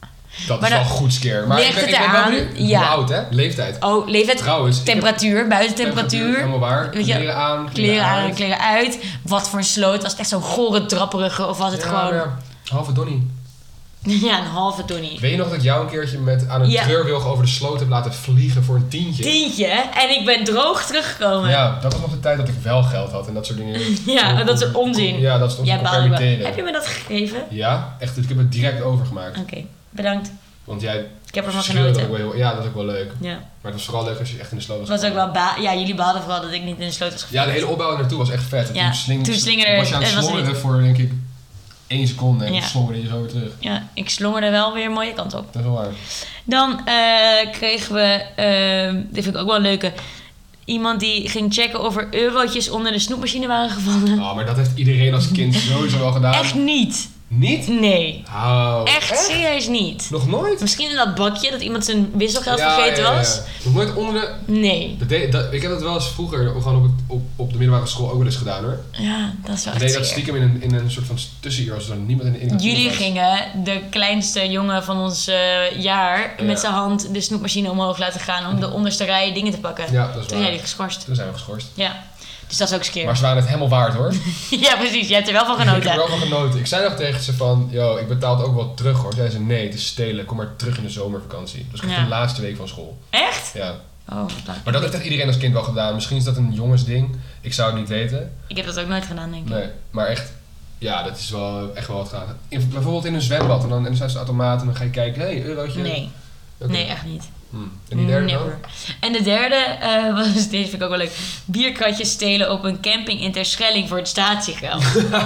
Dat Maar is wel dan goed scare. Maar ligt ik ben, het ik ben wel eraan, benieuwd. ja. Hoe oud, hè? Leeftijd. Oh, leeftijd, Trouwens, ik heb- temperatuur, buitentemperatuur. Helemaal waar. Weet je, Kleren aan, Kleren aan en uit. kleren uit. Wat voor een sloot. Was het echt zo'n gore, drapperige of was het Ja, gewoon... ja. Halve Donnie. Ja, een halve Donnie. Weet je nog dat ik jou een keertje met aan een Ja. treurwilg over de sloot heb laten vliegen voor een tientje? Tientje, hè? En ik ben droog teruggekomen. Ja, dat was nog de tijd dat ik wel geld had en dat soort dingen. Ja, dat soort onzin. Ja, dat is Jij ons baalde wel. permitteren. Heb je me dat gegeven? Ja, echt. Ik heb het direct overgemaakt. Oké, bedankt. Want jij Ik heb ervan schreeuwde genoten. ook wel heel- Ja, dat is ook wel leuk. Ja. Maar het was vooral leuk als je echt in de sloot was. Het was ook gevallen. wel ba- ja, jullie behadden vooral dat ik niet in de sloot was gevallen. Ja, de hele opbouw naartoe was echt vet. En Ja, toen, sling, toen slingerde- was je aan het het was slongeren niet- voor denk ik één seconde en Ja. toen slongerde je zo weer terug. Ja, ik slongerde wel weer een mooie kant op. Dat is wel waar. Dan eh, kregen we, eh, dit vind ik ook wel een leuke, iemand die ging checken of er eurotjes onder de snoepmachine waren gevallen. Oh, maar dat heeft iedereen als kind sowieso wel gedaan. Echt niet. Niet? Nee. Oh, Echt, serieus niet. Nog nooit? Misschien in dat bakje dat iemand zijn wisselgeld Ja, vergeten ja, ja, ja. was. Nog nooit onder de... Nee. Dat deed, dat, ik heb dat wel eens vroeger gewoon op, het, op, op de middelbare school ook wel eens gedaan hoor. Ja, dat is wel Ik echt deed dat zeer. stiekem in een, in een soort van tussenuur als er dan niemand in de in de kantine Jullie was. gingen de kleinste jongen van ons eh, jaar Ja. met zijn hand de snoepmachine omhoog laten gaan om de onderste rij dingen te pakken. Ja, dat is Toen waar. jij die geschorst. Toen zijn we geschorst. Ja, dus dat is ook skeer. Maar ze waren het helemaal waard hoor. Ja, precies. Jij hebt er wel van Ik heb er genoten. wel van genoten. Ik zei nog tegen ze van, yo, ik betaal het ook wel terug hoor. Zeiden ze, nee, het is stelen. Kom maar terug in de zomervakantie. Dus ik Ja. ja. de laatste week van school. Echt? Ja. Oh, wat leuk. Maar dat heeft echt iedereen als kind wel gedaan. Misschien is dat een jongensding. Ik zou het niet weten. Ik heb dat ook nooit gedaan, denk ik. Nee, maar echt, ja, dat is wel echt wel wat gedaan. In, bijvoorbeeld in een zwembad en dan, en dan zijn ze automaten en dan ga je kijken, hé, hey, eurotje. Nee. Oké. Nee, echt niet. Hm. En die derde dan? Never. En de derde eh, was, deze vind ik ook wel leuk. Bierkratjes stelen op een camping in Terschelling voor het statiegeld.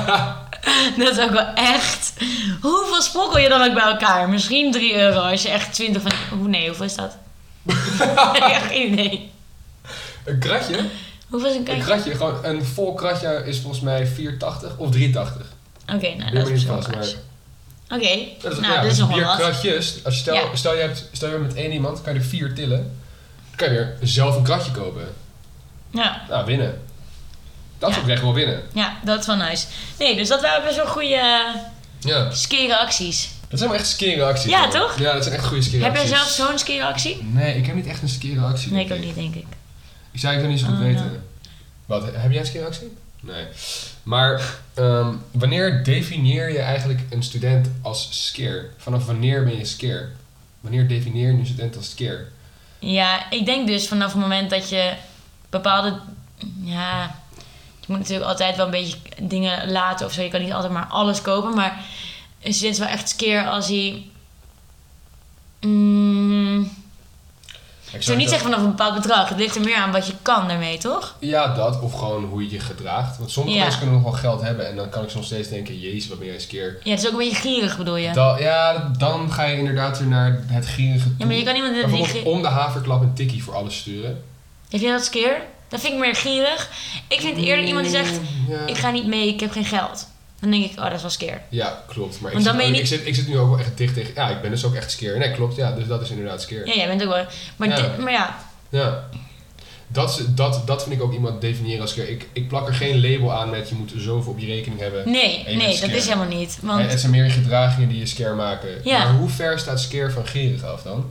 Dat is ook wel echt... Hoeveel sprokkel je dan ook bij elkaar? Misschien drie euro als je echt twintig van... Hoe, nee, hoeveel is dat? Ja, geen idee. Een kratje? Hoeveel is een Een kratje? kratje, gewoon een vol kratje is volgens mij vier tachtig of drie tachtig. Oké, nou Doe dat me is niet wel vast, maar... vast. Oké, Dat is, nou ja, dit is dus nog wel wat. bierkratjes, als je stel, Ja. stel, je hebt, stel je met één iemand, kan je er vier tillen. Dan kan je weer zelf een kratje kopen. Ja, Nou, winnen. Dat Ja. is ook echt wel winnen. ja, dat is wel nice. Nee, dus dat waren best wel goede Ja. skere acties. Dat zijn wel echt skeerreacties. Ja, man. toch? Ja, dat zijn echt goede Heb skeerreacties. jij zelf zo'n skeerreactie? Nee, ik heb niet echt een skeerreactie. Nee, ik ook niet, denk ik. Ik zou het niet zo goed Oh, weten. nou. Wat, heb jij een skeerreactie? Nee. Maar um, wanneer definieer je eigenlijk een student als skeer? Vanaf wanneer ben je skeer? Wanneer definieer je een student als skeer? Ja, ik denk dus vanaf het moment dat je bepaalde... Ja, je moet natuurlijk altijd wel een beetje dingen laten of zo. Je kan niet altijd maar alles kopen. Maar een student is wel echt skeer als hij... Mm, Ik ik zou niet zeggen vanaf een bepaald bedrag. Het ligt er meer aan wat je kan daarmee, toch? Ja, dat. Of gewoon hoe je je gedraagt. Want sommige Ja. mensen kunnen nog wel geld hebben. En dan kan ik soms steeds denken, jezus, wat ben jij een skeer. Ja, het is ook een beetje gierig, bedoel je? Da- ja, dan ga je inderdaad weer naar het gierige toe. Ja, maar je kan iemand die... Bijvoorbeeld om de haverklap een tikkie voor alles sturen. Vind je dat skeer? Dat vind ik meer gierig. Ik vind eerder iemand die zegt... Ja. Ik ga niet mee, ik heb geen geld. Dan denk ik, oh, dat is wel skeer. Ja, klopt. Maar ik Want zit, dan ben je ook- niet- ik, zit, ik zit nu ook wel echt dicht tegen... Ja, ik ben dus ook echt skeer. Nee, klopt. Ja, dus dat is inderdaad skeer. Ja, jij bent ook wel... Maar, Ja. dit- maar ja, Ja. Dat, is- dat, dat vind ik ook iemand definiëren als skeer. Ik, ik plak er geen label aan met je moet zoveel op je rekening hebben. nee, En je nee, bent dat skeer. is helemaal niet. En Want het zijn meer je gedragingen die je skeer maken. Ja. Maar hoe ver staat skeer van gierig af dan?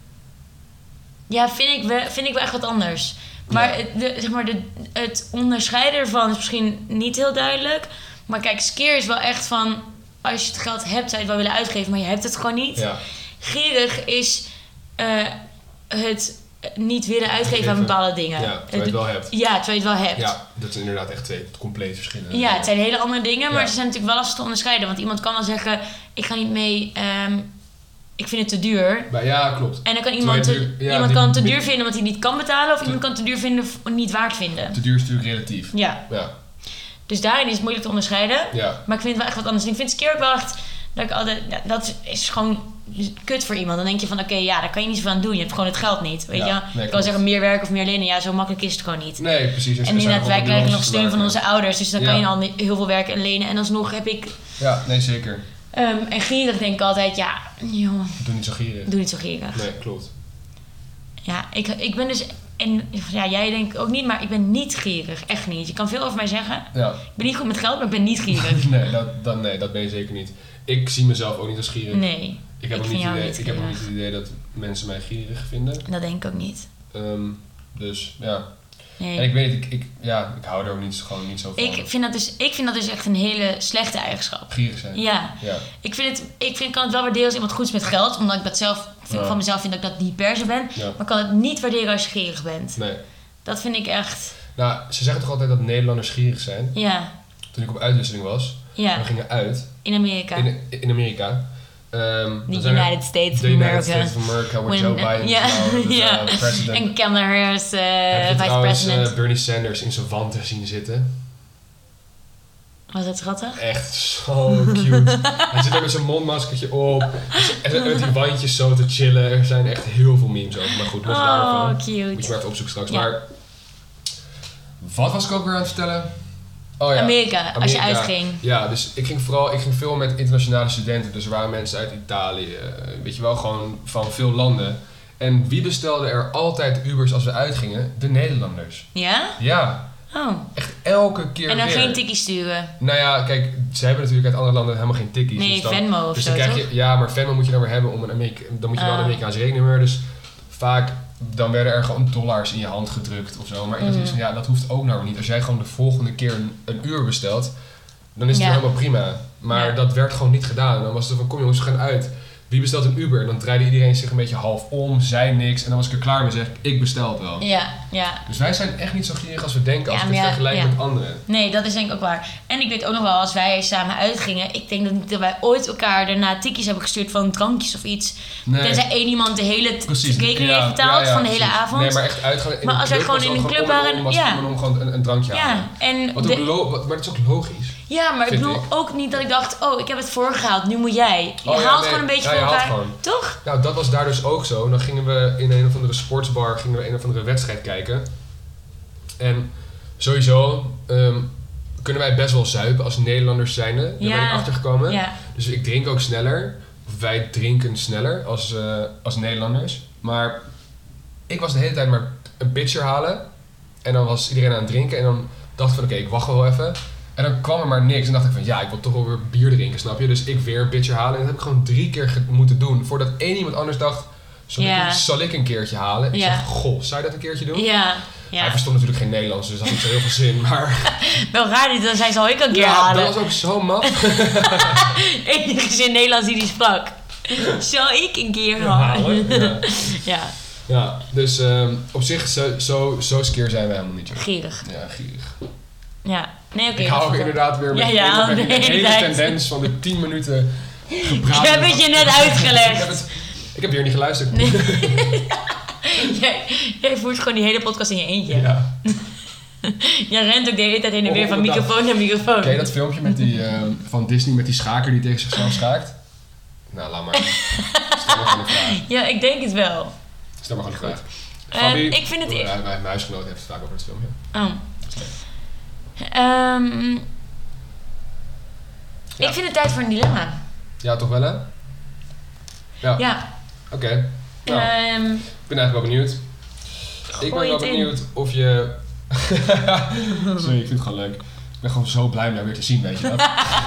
ja, vind ik, wel, vind ik wel echt wat anders. Maar, Ja. het, de, zeg maar de, het onderscheiden ervan is misschien niet heel duidelijk. Maar kijk, skeer is wel echt van... Als je het geld hebt, zou je het wel willen uitgeven, maar je hebt het gewoon niet. Ja. Gierig is eh, het niet willen uitgeven aan Geven. bepaalde dingen. Ja, terwijl je het wel hebt. Ja, terwijl je het wel hebt. Ja, dat zijn inderdaad echt twee compleet verschillende. Ja, het zijn hele andere dingen, maar Ja. ze zijn natuurlijk wel lastig te onderscheiden. Want iemand kan wel zeggen, ik ga niet mee, ehm, ik vind het te duur. Maar ja, klopt. En dan kan Terwijl iemand, je te- duur- ja, iemand die- kan het te die- duur vinden omdat hij niet kan betalen. Of iemand kan het te duur vinden of niet waard vinden. Te duur is natuurlijk relatief. Ja, Ja, dus daarin is het moeilijk te onderscheiden. ja. Maar ik vind het wel echt wat anders. En ik vind skeer ook wel echt, dat ik altijd, ja, dat is gewoon kut voor iemand. Dan denk je van, oké, ja, daar kan je niet zoveel aan doen. Je hebt gewoon het geld niet, weet Ja, je. nee, ik kan klopt. zeggen meer werken of meer lenen. Ja, zo makkelijk is het gewoon niet. Nee, precies. Er En zijn inderdaad, nog wij wel krijgen nog nuances te steun van maken. onze ouders. Dus dan Ja. kan je al niet heel veel werken en lenen. En alsnog heb ik... Ja, nee, zeker. ehm, en gierig denk ik altijd, ja, joh, Doe niet zo gierig. doe niet zo gierig. Nee, klopt. Ja, ik, ik ben dus... En ja, jij denk ik ook niet, maar ik ben niet gierig. Echt niet. Je kan veel over mij zeggen. Ja. Ik ben niet goed met geld, maar ik ben niet gierig. Nee, dat, dat, nee, dat ben je zeker niet. Ik zie mezelf ook niet als gierig. Nee, Ik heb, ik ook vind niet, jou idee, niet ik heb ook niet gierig. het idee dat mensen mij gierig vinden. dat denk ik ook niet. Ehm, dus ja. Nee. En ik weet het, ik, ik, ja, ik hou er ook niet, gewoon niet zo van. Ik vind, dat dus, ik vind dat dus echt een hele slechte eigenschap. Gierig zijn. Ja, Ja. ik, vind het, ik vind, kan het wel waarderen als iemand goed is met geld. Omdat ik dat zelf vind, Ja. van mezelf vind dat ik dat niet per se ben. Ja. Maar ik kan het niet waarderen als je gierig bent. Nee. Dat vind ik echt... Nou, ze zeggen toch altijd dat Nederlanders gierig zijn? Ja, Toen ik op uitwisseling was, ja. we gingen uit In Amerika. in, in Amerika. Ehm, The dan zijn er- United States of The United America. States of America, waar When- Joe Biden ja, is nou de ja. uh, president. En Kamala Harris, eh Heb je vice trouwens president. eh, Bernie Sanders in zijn wanten zien zitten? Was dat schattig? Echt zo cute. Hij zit daar met zijn mondmaskertje op. En met die wandjes zo te chillen. Er zijn echt heel veel memes over. Maar goed, los Oh, daarvan. Moet je cute. maar even opzoeken straks. Ja. Maar wat was ik ook weer aan het vertellen? Oh ja. Amerika, als je Amerika. uitging. Ja, dus ik ging vooral ik ging veel met internationale studenten. Dus er waren mensen uit Italië, eh, weet je wel, gewoon van veel landen. En wie bestelde er altijd Ubers als we uitgingen? De Nederlanders. Ja? Ja, Oh. echt elke keer En dan weer. geen tikkie sturen. Nou ja, kijk, ze hebben natuurlijk uit andere landen helemaal geen tikkies. Nee, dus dan, Venmo of dus zo, dan krijg toch? je, ja, maar Venmo moet je dan weer hebben om een Amerika, dan moet je wel een Ah. Amerikaanse rekeningnummer. Dus vaak dan werden er gewoon dollars in je hand gedrukt of zo. Maar ik had Mhm. iets van, ja, dat hoeft ook nou weer niet. Als jij gewoon de volgende keer een, een uur bestelt, dan is het Ja. weer helemaal prima. Maar Ja. dat werd gewoon niet gedaan. En dan was het van, kom jongens, we gaan uit. Wie bestelt een Uber? En dan draaide iedereen zich een beetje half om, zei niks. En dan was ik er klaar mee, zeg ik, ik bestel het wel. Ja, ja. Dus wij zijn echt niet zo gierig als we denken, als Ja, we het maar ja, vergelijken ja. met anderen. Nee, dat is denk ik ook waar. En ik weet ook nog wel, als wij samen uitgingen... Ik denk dat niet dat wij ooit elkaar daarna tikkies hebben gestuurd van drankjes of iets. Nee. Tenzij één iemand de hele t- Precies, rekening ja, heeft betaald ja, ja, van de hele precies. avond. Nee, maar echt uitgaan in Maar een als wij club gewoon was in ook een club om en om waren, was ja. om en om gewoon een, een drankje halen. Ja, en Wat de- ook lo- wat, maar het is ook logisch. ja, maar ik vind bedoel ik. ook niet dat ik dacht... Oh, ik heb het voorgehaald, nu moet jij. Je Oh ja, haalt nee. gewoon een beetje Ja, voor je haalt elkaar. gewoon. Toch? Nou, dat was daar dus ook zo. Dan gingen we in een of andere sportsbar gingen we een of andere wedstrijd kijken. En sowieso ehm, kunnen wij best wel zuipen als Nederlanders zijnde. Daar ben Ja. ik achtergekomen. Ja. Dus ik drink ook sneller. Of wij drinken sneller als, eh, als Nederlanders. Maar ik was de hele tijd maar een pitcher halen. En dan was iedereen aan het drinken. En dan dacht ik van oké, ik wacht wel even. En dan kwam er maar niks. En dacht ik van, ja, ik wil toch wel weer bier drinken, snap je? Dus ik weer een pitcher halen. En dat heb ik gewoon drie keer ge- moeten doen. Voordat één iemand anders dacht, zal, Ja. ik, zal ik een keertje halen? Ik Ja. zeg, goh, zou je dat een keertje doen? Ja. Hij Ja. verstond natuurlijk geen Nederlands, dus dat had niet zo heel veel zin. Maar Wel raar dit, dan zei zal ik een keer ja, halen. dat was ook zo maf. Enige zin Nederlands die die sprak. Zal ik een keer Ja, halen? halen, ja. Ja, Ja, dus um, op zich, zo, zo, zo skeer zijn we helemaal niet. Joh. gierig. Ja, gierig. Ja, nee oké. ik hou dat ook is wel- inderdaad weer met, Ja, ja, met de die hele hele tijd. tendens van de tien minuten gepraat. Ik heb het je net uitgelegd. ik, heb het, ik heb weer niet geluisterd. Jij, jij voert gewoon die hele podcast in je eentje. Ja. Jij rent ook de hele tijd heen en weer van Op de dag. microfoon naar microfoon. Ken je dat filmpje met die, uh, van Disney met die schaker die tegen zichzelf schaakt? Nou, laat maar. Stel maar gewoon de vraag. Ja, ik denk het wel. Stel maar gewoon de vraag. Eh, Fabi, ik vind het... uh, mijn, mijn huisgenoot heeft het vaak over het filmpje. Oh. Ehm, Ja. Ik vind het tijd voor een dilemma. Ja, toch wel hè? Ja, Ja. oké. Okay. Nou, Ehm, ik ben eigenlijk wel benieuwd. Ik ben gooi wel het in. benieuwd of je... Sorry, ik vind het gewoon leuk. Ik ben gewoon zo blij om jou weer te zien, weet je dat?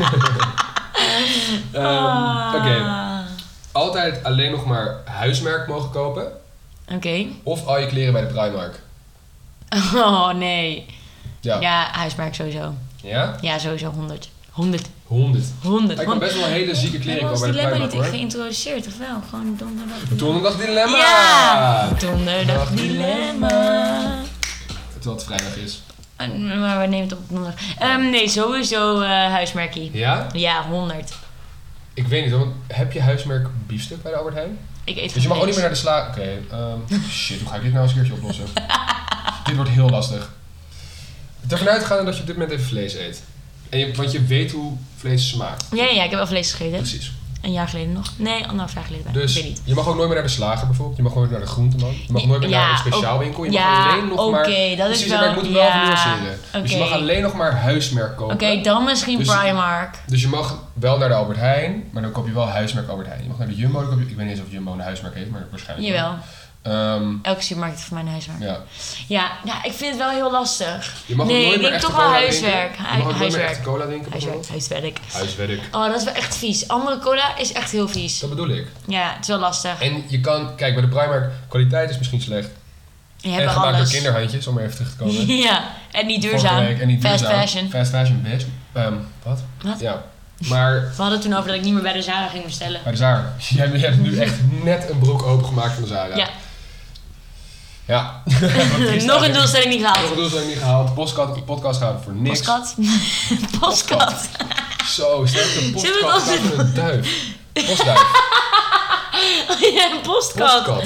um, ah. Oké, okay. Altijd alleen nog maar huismerk mogen kopen. Oké. Okay. Of al je kleren bij de Primark. Oh nee. Ja. Ja, huismerk sowieso. Ja? Ja, sowieso honderd. honderd. honderd. honderd. Ik kan best wel een hele zieke kleren kopen bij de dilemma Primark niet hoor. geïntroduceerd, of wel? Gewoon donderdag. Donderdag dilemma! Ja! Donderdag dilemma. Terwijl het vrijdag is. Uh, maar we nemen het op donderdag. Um, nee, sowieso uh, huismerkie. Ja? Ja, honderd. Ik weet niet, want heb je huismerk biefstuk bij de Albert Heijn? Ik eet Dus je mag ook vlees. niet meer naar de sla... Oké, okay, um, shit, hoe ga ik dit nou eens een keertje oplossen? Dit wordt heel lastig. Ervan uitgaande dat je op dit moment even vlees eet. En je, want je weet hoe vlees smaakt. Ja, ja, ik heb wel vlees gegeten. Precies. Een jaar geleden nog. Nee, anderhalf jaar geleden. bijna. Dus Ik weet niet. je mag ook nooit meer naar de slager bijvoorbeeld. Je mag nooit meer naar de groenteman. Je mag nooit meer Ja, naar een speciaal ook- winkel. Je ja, mag alleen nog maar... oké, dat is Precies, wel- maar ik moet het wel ja, even nuanceren. Dus je oké. mag alleen nog maar huismerk kopen. Oké, okay, dan misschien Dus- Primark. Dus je mag wel naar de Albert Heijn, maar dan koop je wel huismerk Albert Heijn. Je mag naar de Jumbo, dan koop je... Ik weet niet eens of Jumbo een huismerk heeft, maar waarschijnlijk wel. Jawel. Um, Elke supermarkt heeft voor mij een huiswerk. ja. Ja, ja, ik vind het wel heel lastig. Je mag ook nee, nooit ik meer denk echte toch wel cola huiswerk. drinken. Je mag ook nooit meer Huiswerk. echte cola drinken Huiswerk. bijvoorbeeld. Huiswerk. Huiswerk. Oh, dat is wel echt vies. Andere cola is echt heel vies. Dat bedoel ik. Ja, het is wel lastig. En je kan... Kijk, bij de Primark, kwaliteit is misschien slecht. Je En hebt gemaakt alles. door kinderhandjes, om er even terug te komen. Ja, en niet Vorige duurzaam. week, en niet Fast duurzaam. fashion. Fast fashion, bitch. Um, wat? Wat? Ja. Maar We hadden het toen over dat ik niet meer bij de Zara ging bestellen. bij de Zara. Jij hebt nu echt net een broek opengemaakt van de Zara. Ja. Ja. Nog een doelstelling niet Nog gehaald. een doelstelling niet gehaald. Podcast, podcast gaat voor niks. Postkat. Postkat. Zo, sterk de Zullen we podcast het gaat voor een duif. Postduif. Ja, een postkat. Postkat.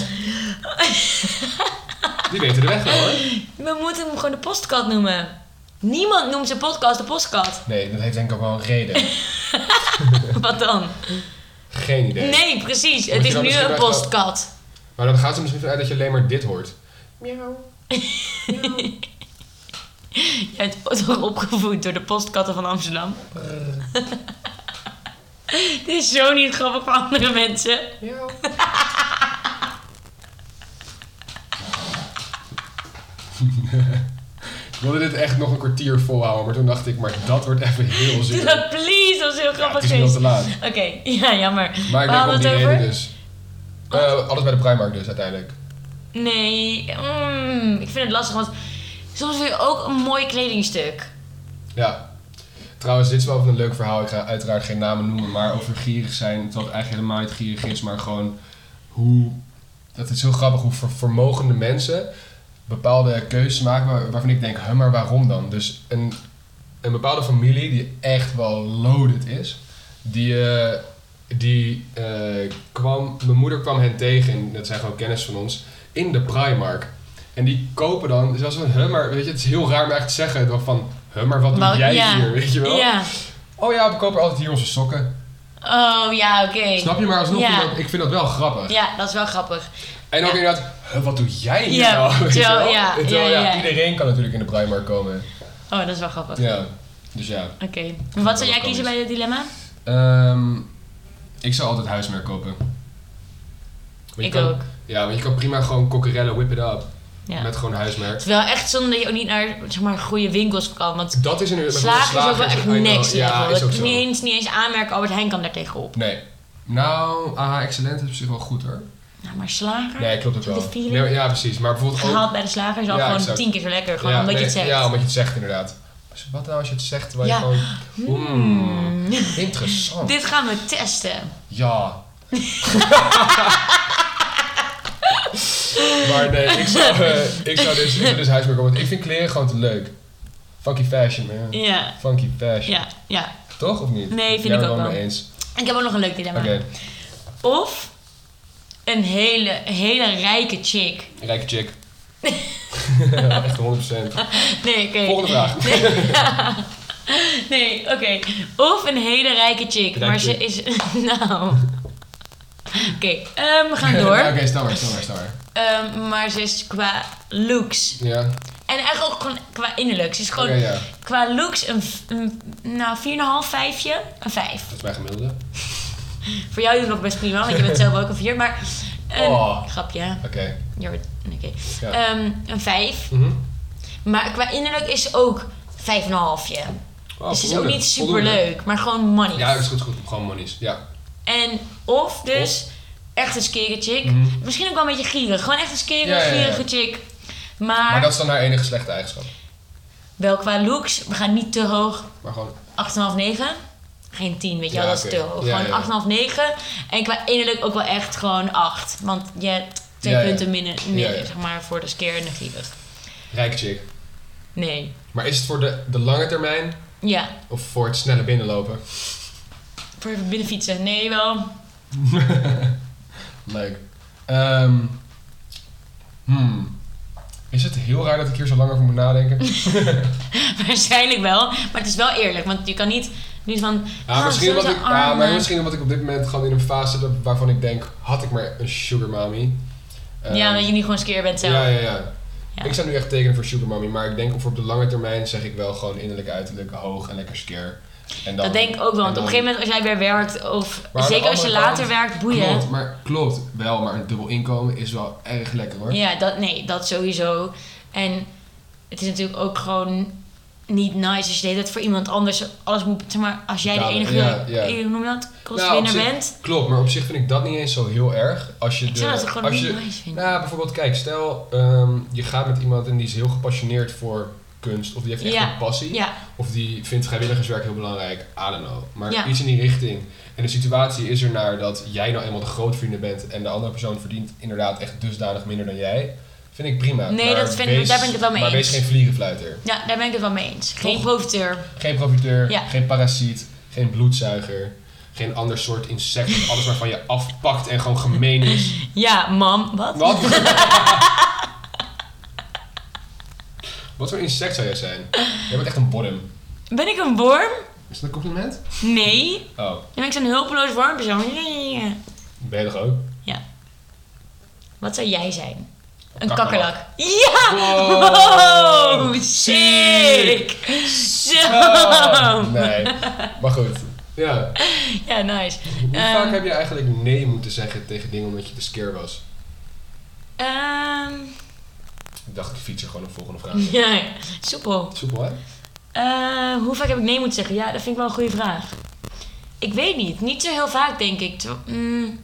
Die weten de weg wel hoor. We moeten hem gewoon de postkat noemen. Niemand noemt zijn podcast de postkat. Nee, dat heeft denk ik ook wel een reden. Wat dan? Geen idee. Nee, precies. Moet Het je is dan nu misschien een echt wel- postkat. Maar dan gaat ze misschien vanuit dat je alleen maar dit hoort. Miauw. Je bent toch opgevoed door de postkatten van Amsterdam? Dit is zo niet grappig voor andere mensen. Miauw. Ik wilde dit echt nog een kwartier volhouden, maar toen dacht ik, maar dat wordt even heel Doe zuur. dat please, dat is heel Ja, grappig het is nu al te laat. Oké, ja, jammer. Maar ik Waar denk om hadden die we het reden over? dus. Uh, alles bij de Primark dus, uiteindelijk. Nee, mm, ik vind het lastig, want soms wil je ook een mooi kledingstuk. Ja. Trouwens, dit is wel even een leuk verhaal. Ik ga uiteraard geen namen noemen, maar over gierig zijn. Terwijl het eigenlijk helemaal niet gierig is, maar gewoon hoe... Dat is heel grappig hoe ver- vermogende mensen bepaalde keuzes maken waar- waarvan ik denk, huh, maar waarom dan? Dus een, een bepaalde familie die echt wel loaded is, die, eh, die eh, kwam... Mijn moeder kwam hen tegen, en dat zijn gewoon kennis van ons, in de Primark. En die kopen dan, dus dat is van, huh, maar weet je, het is heel raar om eigenlijk te zeggen, van, huh, maar wat doe Maar- jij ja. hier, weet je wel? Ja. Oh ja, we kopen altijd hier onze sokken. Oh, ja, oké. Snap je? Maar alsnog, Ja. vind ik, dat, ik vind dat wel grappig. Ja, dat is wel grappig. En ook Ja. inderdaad, huh, wat doe jij hier Ja, nou? Weet je terwijl- wel? ja, Terwijl, ja, ja, ja. iedereen kan natuurlijk in de Primark komen. Oh, dat is wel grappig. Ja, dus ja. Oké. En wat zou jij kiezen bij dit dilemma? Ehm, ik zou altijd huismerk kopen. Want je Ik kan- ook. Ja, want je kan prima gewoon Cockerelle whip it up. Ja. Met gewoon huismerk. Terwijl echt zonde dat je ook niet naar zeg maar, goede winkels kan. Want Dat is een slager is ook wel echt next ja, level. is ook Dat zo. niet eens, niet eens aanmerken, Albert Heijn kan daar tegenop. Nee. Nou, A H Excellent is op zich wel goed hoor. Nou, maar slager? Nee, klopt ook De wel. feeling? Nee, ja, precies. Maar bijvoorbeeld ook... Gehaald bij de slager is al Ja, gewoon exact. tien keer zo lekker. Gewoon ja, omdat nee, je het zegt. Ja, omdat je het zegt inderdaad. Dus wat nou als je het zegt waar Ja. je gewoon... Hmm. Mm, interessant. Dit gaan we testen. Ja. Maar nee, ik zou, uh, ik zou dus, ik zou dus huismerk op. Want ik vind kleren gewoon te leuk. Funky fashion, man. Ja. Funky fashion. Ja, ja. Toch of niet? Nee, vind Jij ik ook wel wel. mee eens. Ik heb ook nog een leuk dilemma. Oké. Of een hele, hele rijke chick. Rijke chick. Echt honderd procent. Nee, oké. Volgende vraag. Nee, nee oké. Of een hele rijke chick. Rijke maar ze chick. is... Nou... Oké, ehm, we gaan door. Ja, Oké, stel maar, stel maar, stel maar. Ehm, maar ze is qua looks. Ja. En eigenlijk ook gewoon qua innerlijk. Ze is gewoon Oké, ja. qua looks een, v- een nou, vier komma vijf, vijfje. Een vijf. Dat is mijn gemiddelde. Voor jou doe ik nog best prima, want je bent zelf ook een vier. Maar een Oh. grapje. hè? Oké. You're- Oké. Ja. Ehm, een vijf. Mhm. Maar qua innerlijk is ze ook vijf komma vijf. Oh, dus het is ook voldoende, niet super voldoende. leuk, maar gewoon money. Ja, dat is goed, goed. Gewoon monies. Ja. En of dus echt een skere chick. Mhm. Misschien ook wel een beetje gierig. Gewoon echt een skere, Ja, ja, ja. gierige chick. Maar, Maar dat is dan haar enige slechte eigenschap. wel qua looks, we gaan niet te hoog. Maar gewoon... acht komma vijf, negen. Geen tien, weet je wel, Ja, dat is oké. te hoog. Ja, gewoon ja. acht komma vijf, negen. En qua innerlijk ook wel echt gewoon acht. Want je hebt twee Ja, ja. punten minder, minder Ja, ja. zeg maar, voor de skeer en de gierig. Rijke chick. Nee. Maar is het voor de, de lange termijn Ja. of voor het snelle binnenlopen? Voor even binnenfietsen. Nee, wel. Leuk. Ehm hmm. Is het heel raar dat ik hier zo lang over moet nadenken? Waarschijnlijk wel. Maar het is wel eerlijk. Want je kan niet... niet van... Ja, ah, misschien zo omdat zijn ik, ja, armen. maar misschien omdat ik op dit moment gewoon in een fase zit waarvan ik denk, had ik maar een sugar mommy. Ehm, Ja, dat je niet gewoon skeer bent zelf. Ja, ja, ja. Ja. Ik zou nu echt tekenen voor sugar mommy, maar ik denk of op de lange termijn zeg ik wel gewoon innerlijk uiterlijk hoog en lekker scare. En dan, Dat denk ik ook wel. Want en op een dan- gegeven moment als jij weer werkt... of Maar aan de zeker als je andere later kant- werkt, boeien. Klopt, maar klopt wel, maar een dubbel inkomen is wel erg lekker hoor. Ja, dat, nee, dat sowieso. En het is natuurlijk ook gewoon niet nice als je de hele tijd voor iemand anders alles moet... Zeg maar, als jij de Betalen, enige... ja, ja. eh, Hoe noem je dat? Nou, op Kostwinner zich- bent. Klopt, maar op zich vind ik dat niet eens zo heel erg. Als je Ik de, zou dat gewoon als niet je, nice vinden. Nou, bijvoorbeeld, kijk, stel ehm, je gaat met iemand en die is heel gepassioneerd voor kunst, of die heeft echt Ja, een passie, Ja, of die vindt vrijwilligerswerk heel belangrijk, I don't know. Maar Ja. iets in die richting. En de situatie is er naar dat jij nou eenmaal de grootvrienden bent en de andere persoon verdient inderdaad echt dusdanig minder dan jij. Vind ik prima. Nee, maar dat vind ik- wees- daar ben ik het wel mee Maar eens. wees geen vliegenfluiter. ja, daar ben ik het wel mee eens. Geen Toch? profiteur. Geen profiteur, Ja. geen parasiet, geen bloedzuiger, geen ander soort insect. Alles waarvan je afpakt en gewoon gemeen is. Ja, mam. Wat? Wat? Wat voor insect zou jij zijn? Jij bent echt een worm. Ben ik een worm? Is dat een compliment? Nee. Oh, Dan ben ik zo'n hulpeloos wormpersoon. ben je toch ook? Ja. Wat zou jij zijn? Een Kakkerlak. kakkerlak. Ja! Wow! Wow, sick! Zo! Oh, nee, maar goed. Ja. Ja, nice. Hoe Ehm, vaak heb je eigenlijk nee moeten zeggen tegen dingen omdat je te scare was? Ehm, Ik dacht, ik fiets er gewoon een volgende vraag. ja, soepel. Soepel, hè? Eh, hoe vaak heb ik nee moeten zeggen? Ja, dat vind ik wel een goede vraag. Ik weet niet. Niet zo heel vaak, denk ik. Terwijl- mm,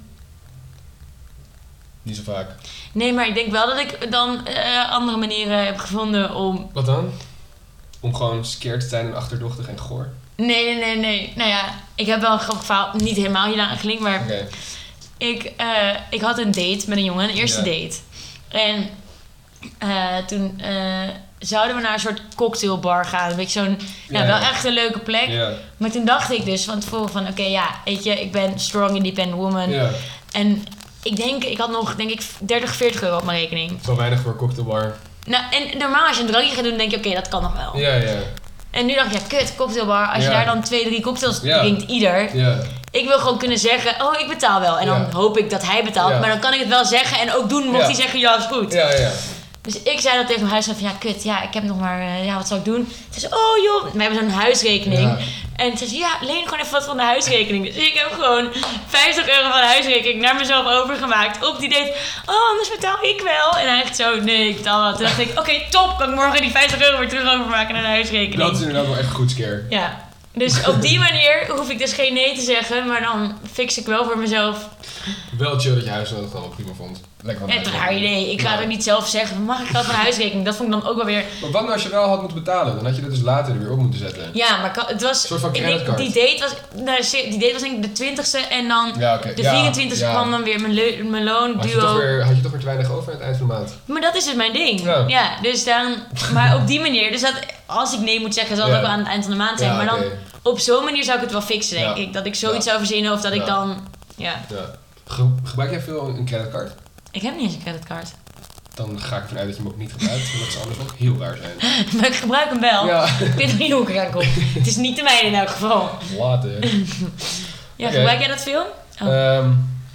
Niet zo vaak. nee, maar ik denk wel dat ik dan eh, andere manieren heb gevonden om... Wat dan? Om gewoon scared te zijn en achterdochtig en goor? Nee, nee, nee, nee. Nou ja, ik heb wel een grappig verhaal. Niet helemaal hierna gelinkt, maar... Oké. Ik, eh, ik had een date met een jongen, een eerste Ja. date. En eh, toen eh, zouden we naar een soort cocktailbar gaan. Een beetje zo'n, ja, Ja, wel ja. echt een leuke plek. Ja. Maar toen dacht ik dus van tevoren van, oké, ja, weet je, ik ben strong independent woman. Ja. En ik denk, ik had nog, denk ik, dertig, veertig euro op mijn rekening. Zo weinig voor een cocktailbar. Nou, en normaal als je een drankje gaat doen, denk je, oké, dat kan nog wel. Ja, ja. En nu dacht ik, ja, kut, cocktailbar. Als je Ja. daar dan twee, drie cocktails Ja. drinkt, ieder. Ja. Ik wil gewoon kunnen zeggen, oh, ik betaal wel. En dan Ja. hoop ik dat hij betaalt. Ja. Maar dan kan ik het wel zeggen en ook doen mocht Ja. hij zeggen, ja, is goed. Ja, ja. Dus ik zei dat tegen mijn huisgenoot van, ja, kut, ja, ik heb nog maar, eh, ja, wat zal ik doen? Ze zei, oh joh, we hebben zo'n huisrekening. Ja. En ze zei, ja, leen gewoon even wat van de huisrekening. Dus ik heb gewoon vijftig euro van de huisrekening naar mezelf overgemaakt. Op die date, oh, anders betaal ik wel. En hij zegt zo, nee, ik betaal wel. Toen dacht ik, oké, okay, top, kan ik morgen die vijftig euro weer terug overmaken naar de huisrekening. Dat is inderdaad wel echt een goed scare. Ja. Dus op die manier hoef ik dus geen nee te zeggen, maar dan fix ik wel voor mezelf. Wel chill dat je huisnodig dan wel prima vond. Lekker van Het is een raar idee. Ik ga ja. er niet zelf zeggen, mag ik geld van de huisrekening? Dat vond ik dan ook wel weer... Maar wat nou als je wel had moeten betalen? Dan had je dat dus later er weer op moeten zetten. Ja, maar het was... Een soort van ik creditcard. denk, die date was, nou, die date was denk ik de twintigste en dan Ja, okay. de ja, vierentwintigste ja. kwam dan weer mijn, le- mijn loon, Had je, duo. toch weer, had je toch weer te weinig over aan het eind van de maand? Maar dat is dus mijn ding. Ja. Ja, dus dan... Maar op die manier, dus dat, als ik nee moet zeggen, zal het Ja. ook wel aan het eind van de maand zijn. Ja, maar dan okay. op zo'n manier zou ik het wel fixen, denk Ja. ik. Dat ik zoiets Ja. zou verzinnen of dat ik Ja. dan... Ja. Ja. Ge- gebruik jij veel een creditcard? Ik heb niet eens een creditcard. Dan ga ik ervan uit dat je hem ook niet gebruikt, want dat zou anders ook heel raar zijn. Maar ik gebruik hem wel. Ja. Ik weet nog niet hoe ik eraan kom. Het is niet de mijne in elk geval. Later. Ja, Oké. gebruik jij dat veel? Oh. Ehm,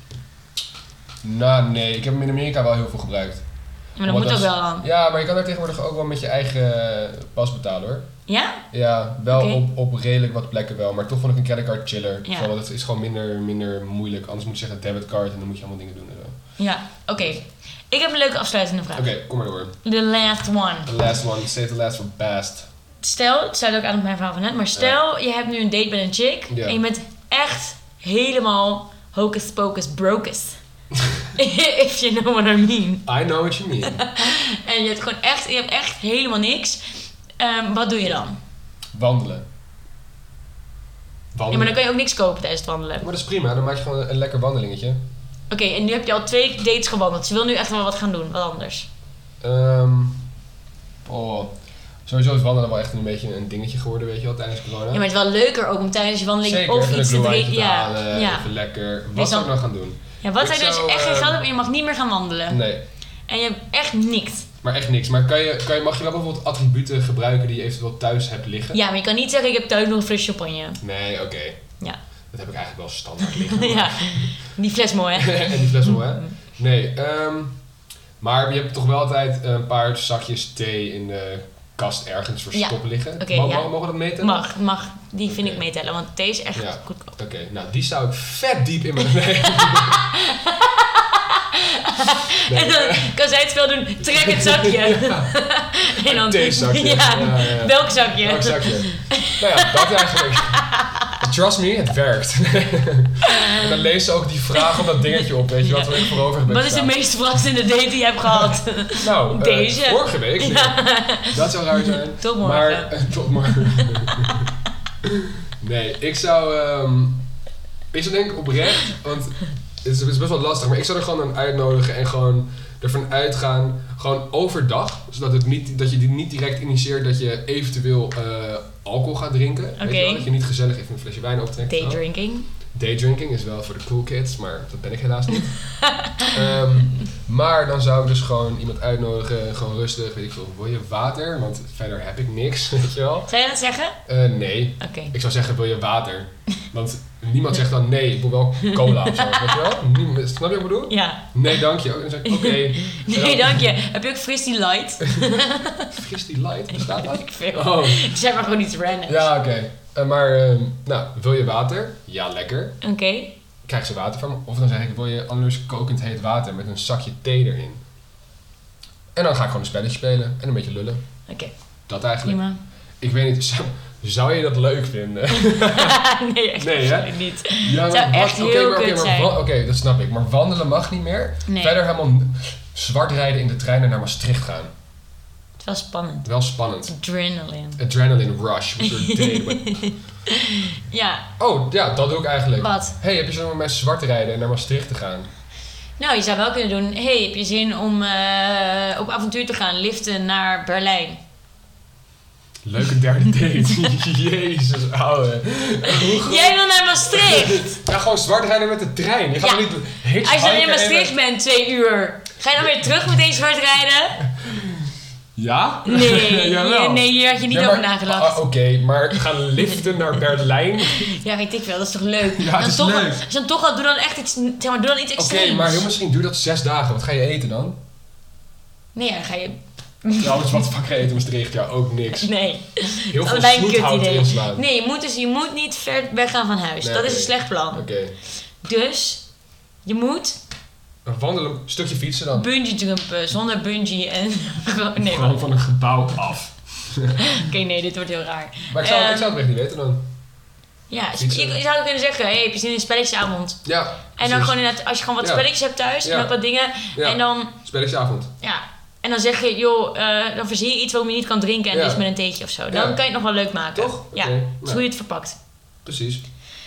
nou, nee. Ik heb hem in Amerika wel heel veel gebruikt. maar dat Want moet ook is- wel dan. Ja, maar je kan daar tegenwoordig ook wel met je eigen pas betalen hoor. Ja? Ja, wel Oké. op, op redelijk wat plekken wel, maar toch vond ik een creditcard chiller. Ja. Gewoon, want het is gewoon minder, minder moeilijk. Anders moet je zeggen debitcard en dan moet je allemaal dingen doen en zo. Ja, oké. Ik heb een leuke afsluitende vraag. Oké, kom maar door. The last one. The last one, save the last for best. Stel, het sluit ook aan op mijn verhaal van net, maar stel je hebt nu een date met een chick Ja. en je bent echt helemaal hocus pocus brocus. If you know what I mean. I know what you mean. En je hebt gewoon echt, je hebt echt helemaal niks. Ehm, wat doe je dan? Wandelen. Ja, Wandelen. maar dan kan je ook niks kopen tijdens het wandelen. Maar dat is prima, dan maak je gewoon een, een lekker wandelingetje. Oké, en nu heb je al twee dates gewandeld. Ze wil nu echt wel wat gaan doen, wat anders. Ehm oh, sowieso is wandelen wel echt een beetje een dingetje geworden, weet je wel, tijdens corona. Ja, maar het is wel leuker ook om tijdens je wandeling Zeker, of even iets te een drinken. glühweintje te Ja, halen, ja. even lekker. Wat Wees zou ik dan- nou gaan doen? ja, wat Ik zou je dus zou, echt geen ehm, geld hebben en je mag niet meer gaan wandelen. Nee, En je hebt echt niks. maar echt niks. Maar kan je, kan je, mag je wel bijvoorbeeld attributen gebruiken die je eventueel thuis hebt liggen? Ja, maar je kan niet zeggen ik heb thuis nog een fles champagne. Nee, oké. Ja. Dat heb ik eigenlijk wel standaard liggen. Ja, die fles mooi hè. En die fles wel, hè? Nee, ehm maar je hebt toch wel altijd een paar zakjes thee in de kast ergens verstopt liggen. Oké, Mo- ja. Mogen we dat meten? Mag, mag. Die vind Oké. ik meetellen, want thee is echt Ja. goedkoop. Oké, nou die zou ik vet diep in mijn... Nee. En dan kan zij het spel doen, trek het zakje. En dan, Een theezakje. Ja, Ja, ja. welk zakje? Welk zakje? Nou ja, dat eigenlijk. Trust me, het werkt. En dan lees ze ook die vraag op dat dingetje op, weet je wat, waar ik voorover heb Wat is de gestaan. meest verrassende date die je hebt gehad? Nou, eh, Deze. vorige week. Dat zou raar zijn. Tot morgen. Maar, eh, tot morgen. Nee, ik zou... ehm, ik zou denk ik oprecht, want het is, het is best wel lastig, maar ik zou er gewoon aan uitnodigen en gewoon ervan uitgaan, gewoon overdag, zodat het niet, dat je die niet direct initieert dat je eventueel eh, alcohol gaat drinken. Weet je Oké. wel? Dat je niet gezellig even een flesje wijn optrekt. of zo. Daydrinking. Daydrinking is wel voor de cool kids, maar dat ben ik helaas niet. Ehm, maar dan zou ik dus gewoon iemand uitnodigen, gewoon rustig, weet ik veel, wil je water? Want verder heb ik niks, weet je wel. Zou je dat zeggen? Eh, nee, Oké. ik zou zeggen, wil je water? Want niemand zegt dan nee, ik wil wel cola of zo, weet je wel? Niemand, snap je wat ik bedoel? Ja. Nee, dank je. Dan zeg ik, oké. En Nee, dan- dank je. Heb je ook Fristie Light? Fris die light, bestaat dat? Ik veel. Oh, Ik zeg maar gewoon iets randoms. ja, oké. Eh, maar, ehm, nou, wil je water? Ja, lekker. Oké. Krijg ze water van me? Of dan zeg ik, wil je anders kokend heet water met een zakje thee erin? En dan ga ik gewoon een spelletje spelen en een beetje lullen. Oké. Dat eigenlijk. Prima. Ik weet niet, zou, zou je dat leuk vinden? Nee, echt Nee, hè? absoluut niet. Ja, Het zou maar echt wat- heel oké, maar, oké, kut maar zijn. wa- Oké, dat snap ik. Maar wandelen mag niet meer. Nee. Verder helemaal zwart rijden in de trein en naar Maastricht gaan. Het is wel spannend. Wel spannend. Adrenaline. Adrenaline rush. With your date. with- Ja. Oh, ja, dat doe ik eigenlijk. Wat? Hey, heb je zin om met mij zwart te rijden en naar Maastricht te gaan? Nou, je zou wel kunnen doen. Hey, heb je zin om eh, op avontuur te gaan liften naar Berlijn? Leuke derde date. Jezus, ouwe. Jij wil naar Maastricht! Ja, gewoon zwart rijden met de trein. Je gaat Ja. toch niet hitchhiken Als je dan in en- Maastricht bent, twee uur. Ga je dan weer terug meteen zwart rijden? Ja? Nee, Jawel. hier, nee, hier had je niet Ja, over maar- nagedacht. ah, Oké, maar gaan liften naar Berlijn? Oké, Ja, weet ik wel, dat is toch leuk? Ja, het Dan is toch, leuk. Als je dan toch gaat, doe dan echt iets, zeg maar, doe dan iets extreems. maar heel misschien duurt dat zes dagen. Wat ga je eten dan? Nee, ja, dan ga je Trouwens, wat fuck ga je eten in Maastricht? Ja, ook niks. Nee. Heel veel Alleen een snoethout kut idee. inslaan. Nee, je moet, dus, je moet niet ver weggaan van huis. Nee, dat oké. is een slecht plan. Oké. Okay. Dus, je moet Een wandelen, een stukje fietsen dan. bungee jumpen zonder bungee en... nee, Gewoon van een gebouw af. Oké, okay, nee, dit wordt heel raar. Maar ik zou, Um, ik zou het echt niet weten dan. Ja, je, Fietsen. je zou kunnen zeggen, hey, heb je zin in een spelletjesavond? Ja, En precies. dan gewoon inderdaad, als je gewoon wat Ja. spelletjes hebt thuis Ja. en ook wat dingen. Ja. En dan, Spelletjesavond. ja, en dan zeg je, joh, uh, dan verzin je iets waarom je niet kan drinken en Ja. dus met een theetje of zo. Dan Ja. kan je het nog wel leuk maken. Toch? Ja, Oké. dat Ja. is hoe je het verpakt. Precies.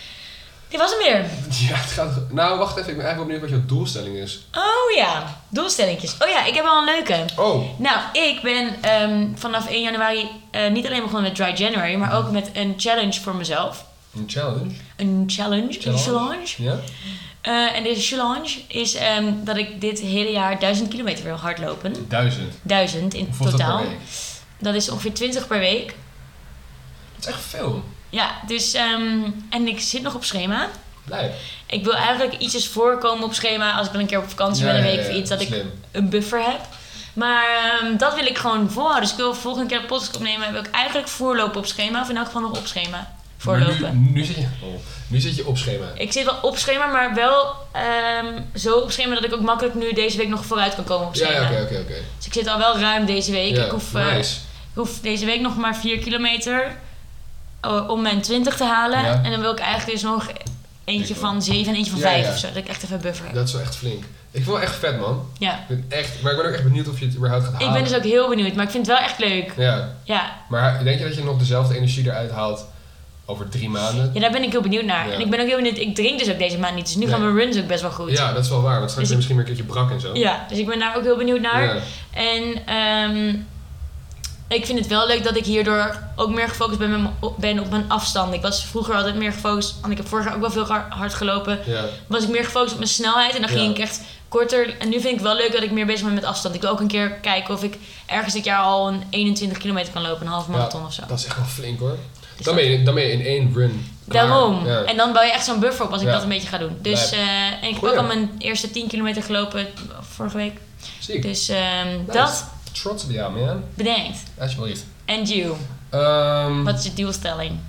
Dit was hem weer. Ja, het gaat... Nou, wacht even. Ik ben eigenlijk wel benieuwd wat jouw doelstelling is. Oh ja, doelstellingjes. Oh ja, ik heb wel een leuke. Oh. Nou, ik ben um, vanaf één januari uh, niet alleen begonnen met Dry January, maar ook met een challenge voor mezelf. Een challenge? Een challenge. Challenge. Een challenge. Ja? Uh, en deze challenge is um, dat ik dit hele jaar duizend kilometer wil hardlopen. Duizend. Duizend in Hoeveel is dat totaal. per week? Dat is ongeveer twintig per week. Dat is echt veel. Ja, dus um, en ik zit nog op schema. Blij. Ik wil eigenlijk ietsjes voorkomen op schema als ik wel een keer op vakantie ben, Ja, een ja, week ja, of iets, dat slim. ik een buffer heb. Maar um, dat wil ik gewoon volhouden. Dus ik wil volgende keer de podcast opnemen, wil ik eigenlijk voorlopen op schema, of in elk geval nog op schema. Voorlopen. Maar nu, nu, zit je, oh, nu zit je op schema. Ik zit wel op schema, maar wel um, zo op schema dat ik ook makkelijk nu deze week nog vooruit kan komen op Ja, schema. ja, oké, oké, oké. Dus ik zit al wel ruim deze week. Ja, ik, hoef, uh, nice. ik hoef deze week nog maar vier kilometer uh, om mijn twintig te halen. Ja. En dan wil ik eigenlijk dus nog eentje Ik van zeven en eentje van Ja, vijf ja. of zo. Dat ik echt even een buffer heb. Dat is wel echt flink. Ik vind het wel echt vet, man. Ja. Ik ben echt, maar ik ben ook echt benieuwd of je het überhaupt gaat halen. Ik ben dus ook heel benieuwd, maar ik vind het wel echt leuk. Ja. Ja. Maar denk je dat je nog dezelfde energie eruit haalt over drie maanden? Ja, daar ben ik heel benieuwd naar. Ja. En ik ben ook heel benieuwd, ik drink dus ook deze maand niet. Dus nu Nee. gaan mijn runs ook best wel goed. Ja, dat is wel waar. Want straks Dus ben je ik- misschien weer een keertje brak en zo. Ja, dus ik ben daar ook heel benieuwd naar. Ja. En um, ik vind het wel leuk dat ik hierdoor ook meer gefocust ben, met mijn- op- ben op mijn afstand. Ik was vroeger altijd meer gefocust, want ik heb vorig jaar ook wel veel har- hard gelopen. Ja. Was ik meer gefocust op mijn snelheid en dan ging Ja. ik echt korter. En nu vind ik het wel leuk dat ik meer bezig ben met afstand. Ik wil ook een keer kijken of ik ergens dit jaar al een eenentwintig kilometer kan lopen, een half marathon of zo. Dat is echt wel flink, hoor. Dus Dan dat- ben je, dan ben je in één run klaar. Daarom. Ja. En dan bouw je echt zo'n buffer op als ik Ja. dat een beetje ga doen. Dus, Lijp. eh, en ik heb Goeie. ook al mijn eerste tien kilometer gelopen vorige week. Ziek. Dus ehm, Nice. dat, Trots op jou, man. bedankt. Alsjeblieft. And you. Ehm Wat is je doelstelling?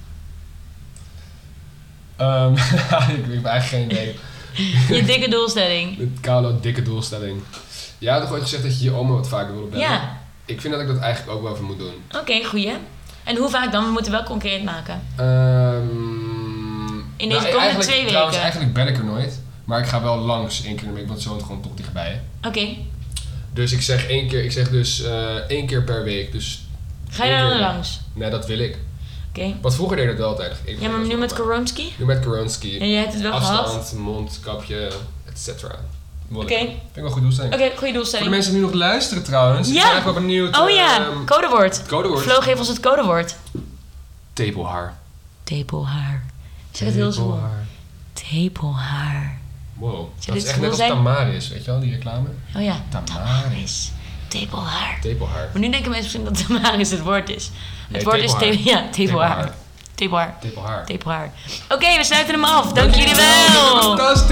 ehm, ik, ik heb eigenlijk geen idee. Je dikke doelstelling. De koude, dikke doelstelling. Jij had toch ooit gezegd dat je je oma wat vaker wilde bellen? Ja. Ik vind dat ik dat eigenlijk ook wel even moet doen. Oké, goeie. En hoe vaak dan? We moeten wel concreet maken. Ehm In deze nou, komende eigenlijk- twee Trouwens, weken. eigenlijk bel ik er nooit. Maar ik ga wel langs één keer in de week, want ze woont gewoon toch dichtbij. Oké. Dus ik zeg één keer, ik zeg dus eh, één keer per week. Dus Ga je één daar keer- dan langs? Nee, dat wil ik. Oké. Want vroeger deed ik dat wel altijd. Ik Ja, maar nu met Koronski? Nu met Koronski. En je hebt het wel gehad? Afstand, mondkapje, et cetera. Oké. Vind ik wel een goed doelstelling. Oké, goede Voor de doelstelling. mensen die nu nog luisteren trouwens. Ja. Ik ben eigenlijk wel benieuwd. Oh ja, ehm, codewoord. codewoord. Flo, geef ons het codewoord. Tepelhaar. Tepelhaar. Zeg het heel zwoel. Tepelhaar. Tepelhaar. Wow. Zou Dat dit is echt zwoel net als zijn? Tamaris, weet je wel, die reclame? Oh ja. Tamaris. Tepelhaar. Tepelhaar. Maar nu denken mensen misschien dat Tamaris het woord is. Het Nee, woord is tepelhaar. te ja, tepelhaar. Tepelhaar. Tepelhaar. Tepelhaar. Oké, we sluiten hem af. Dank jullie wel. Fantastisch.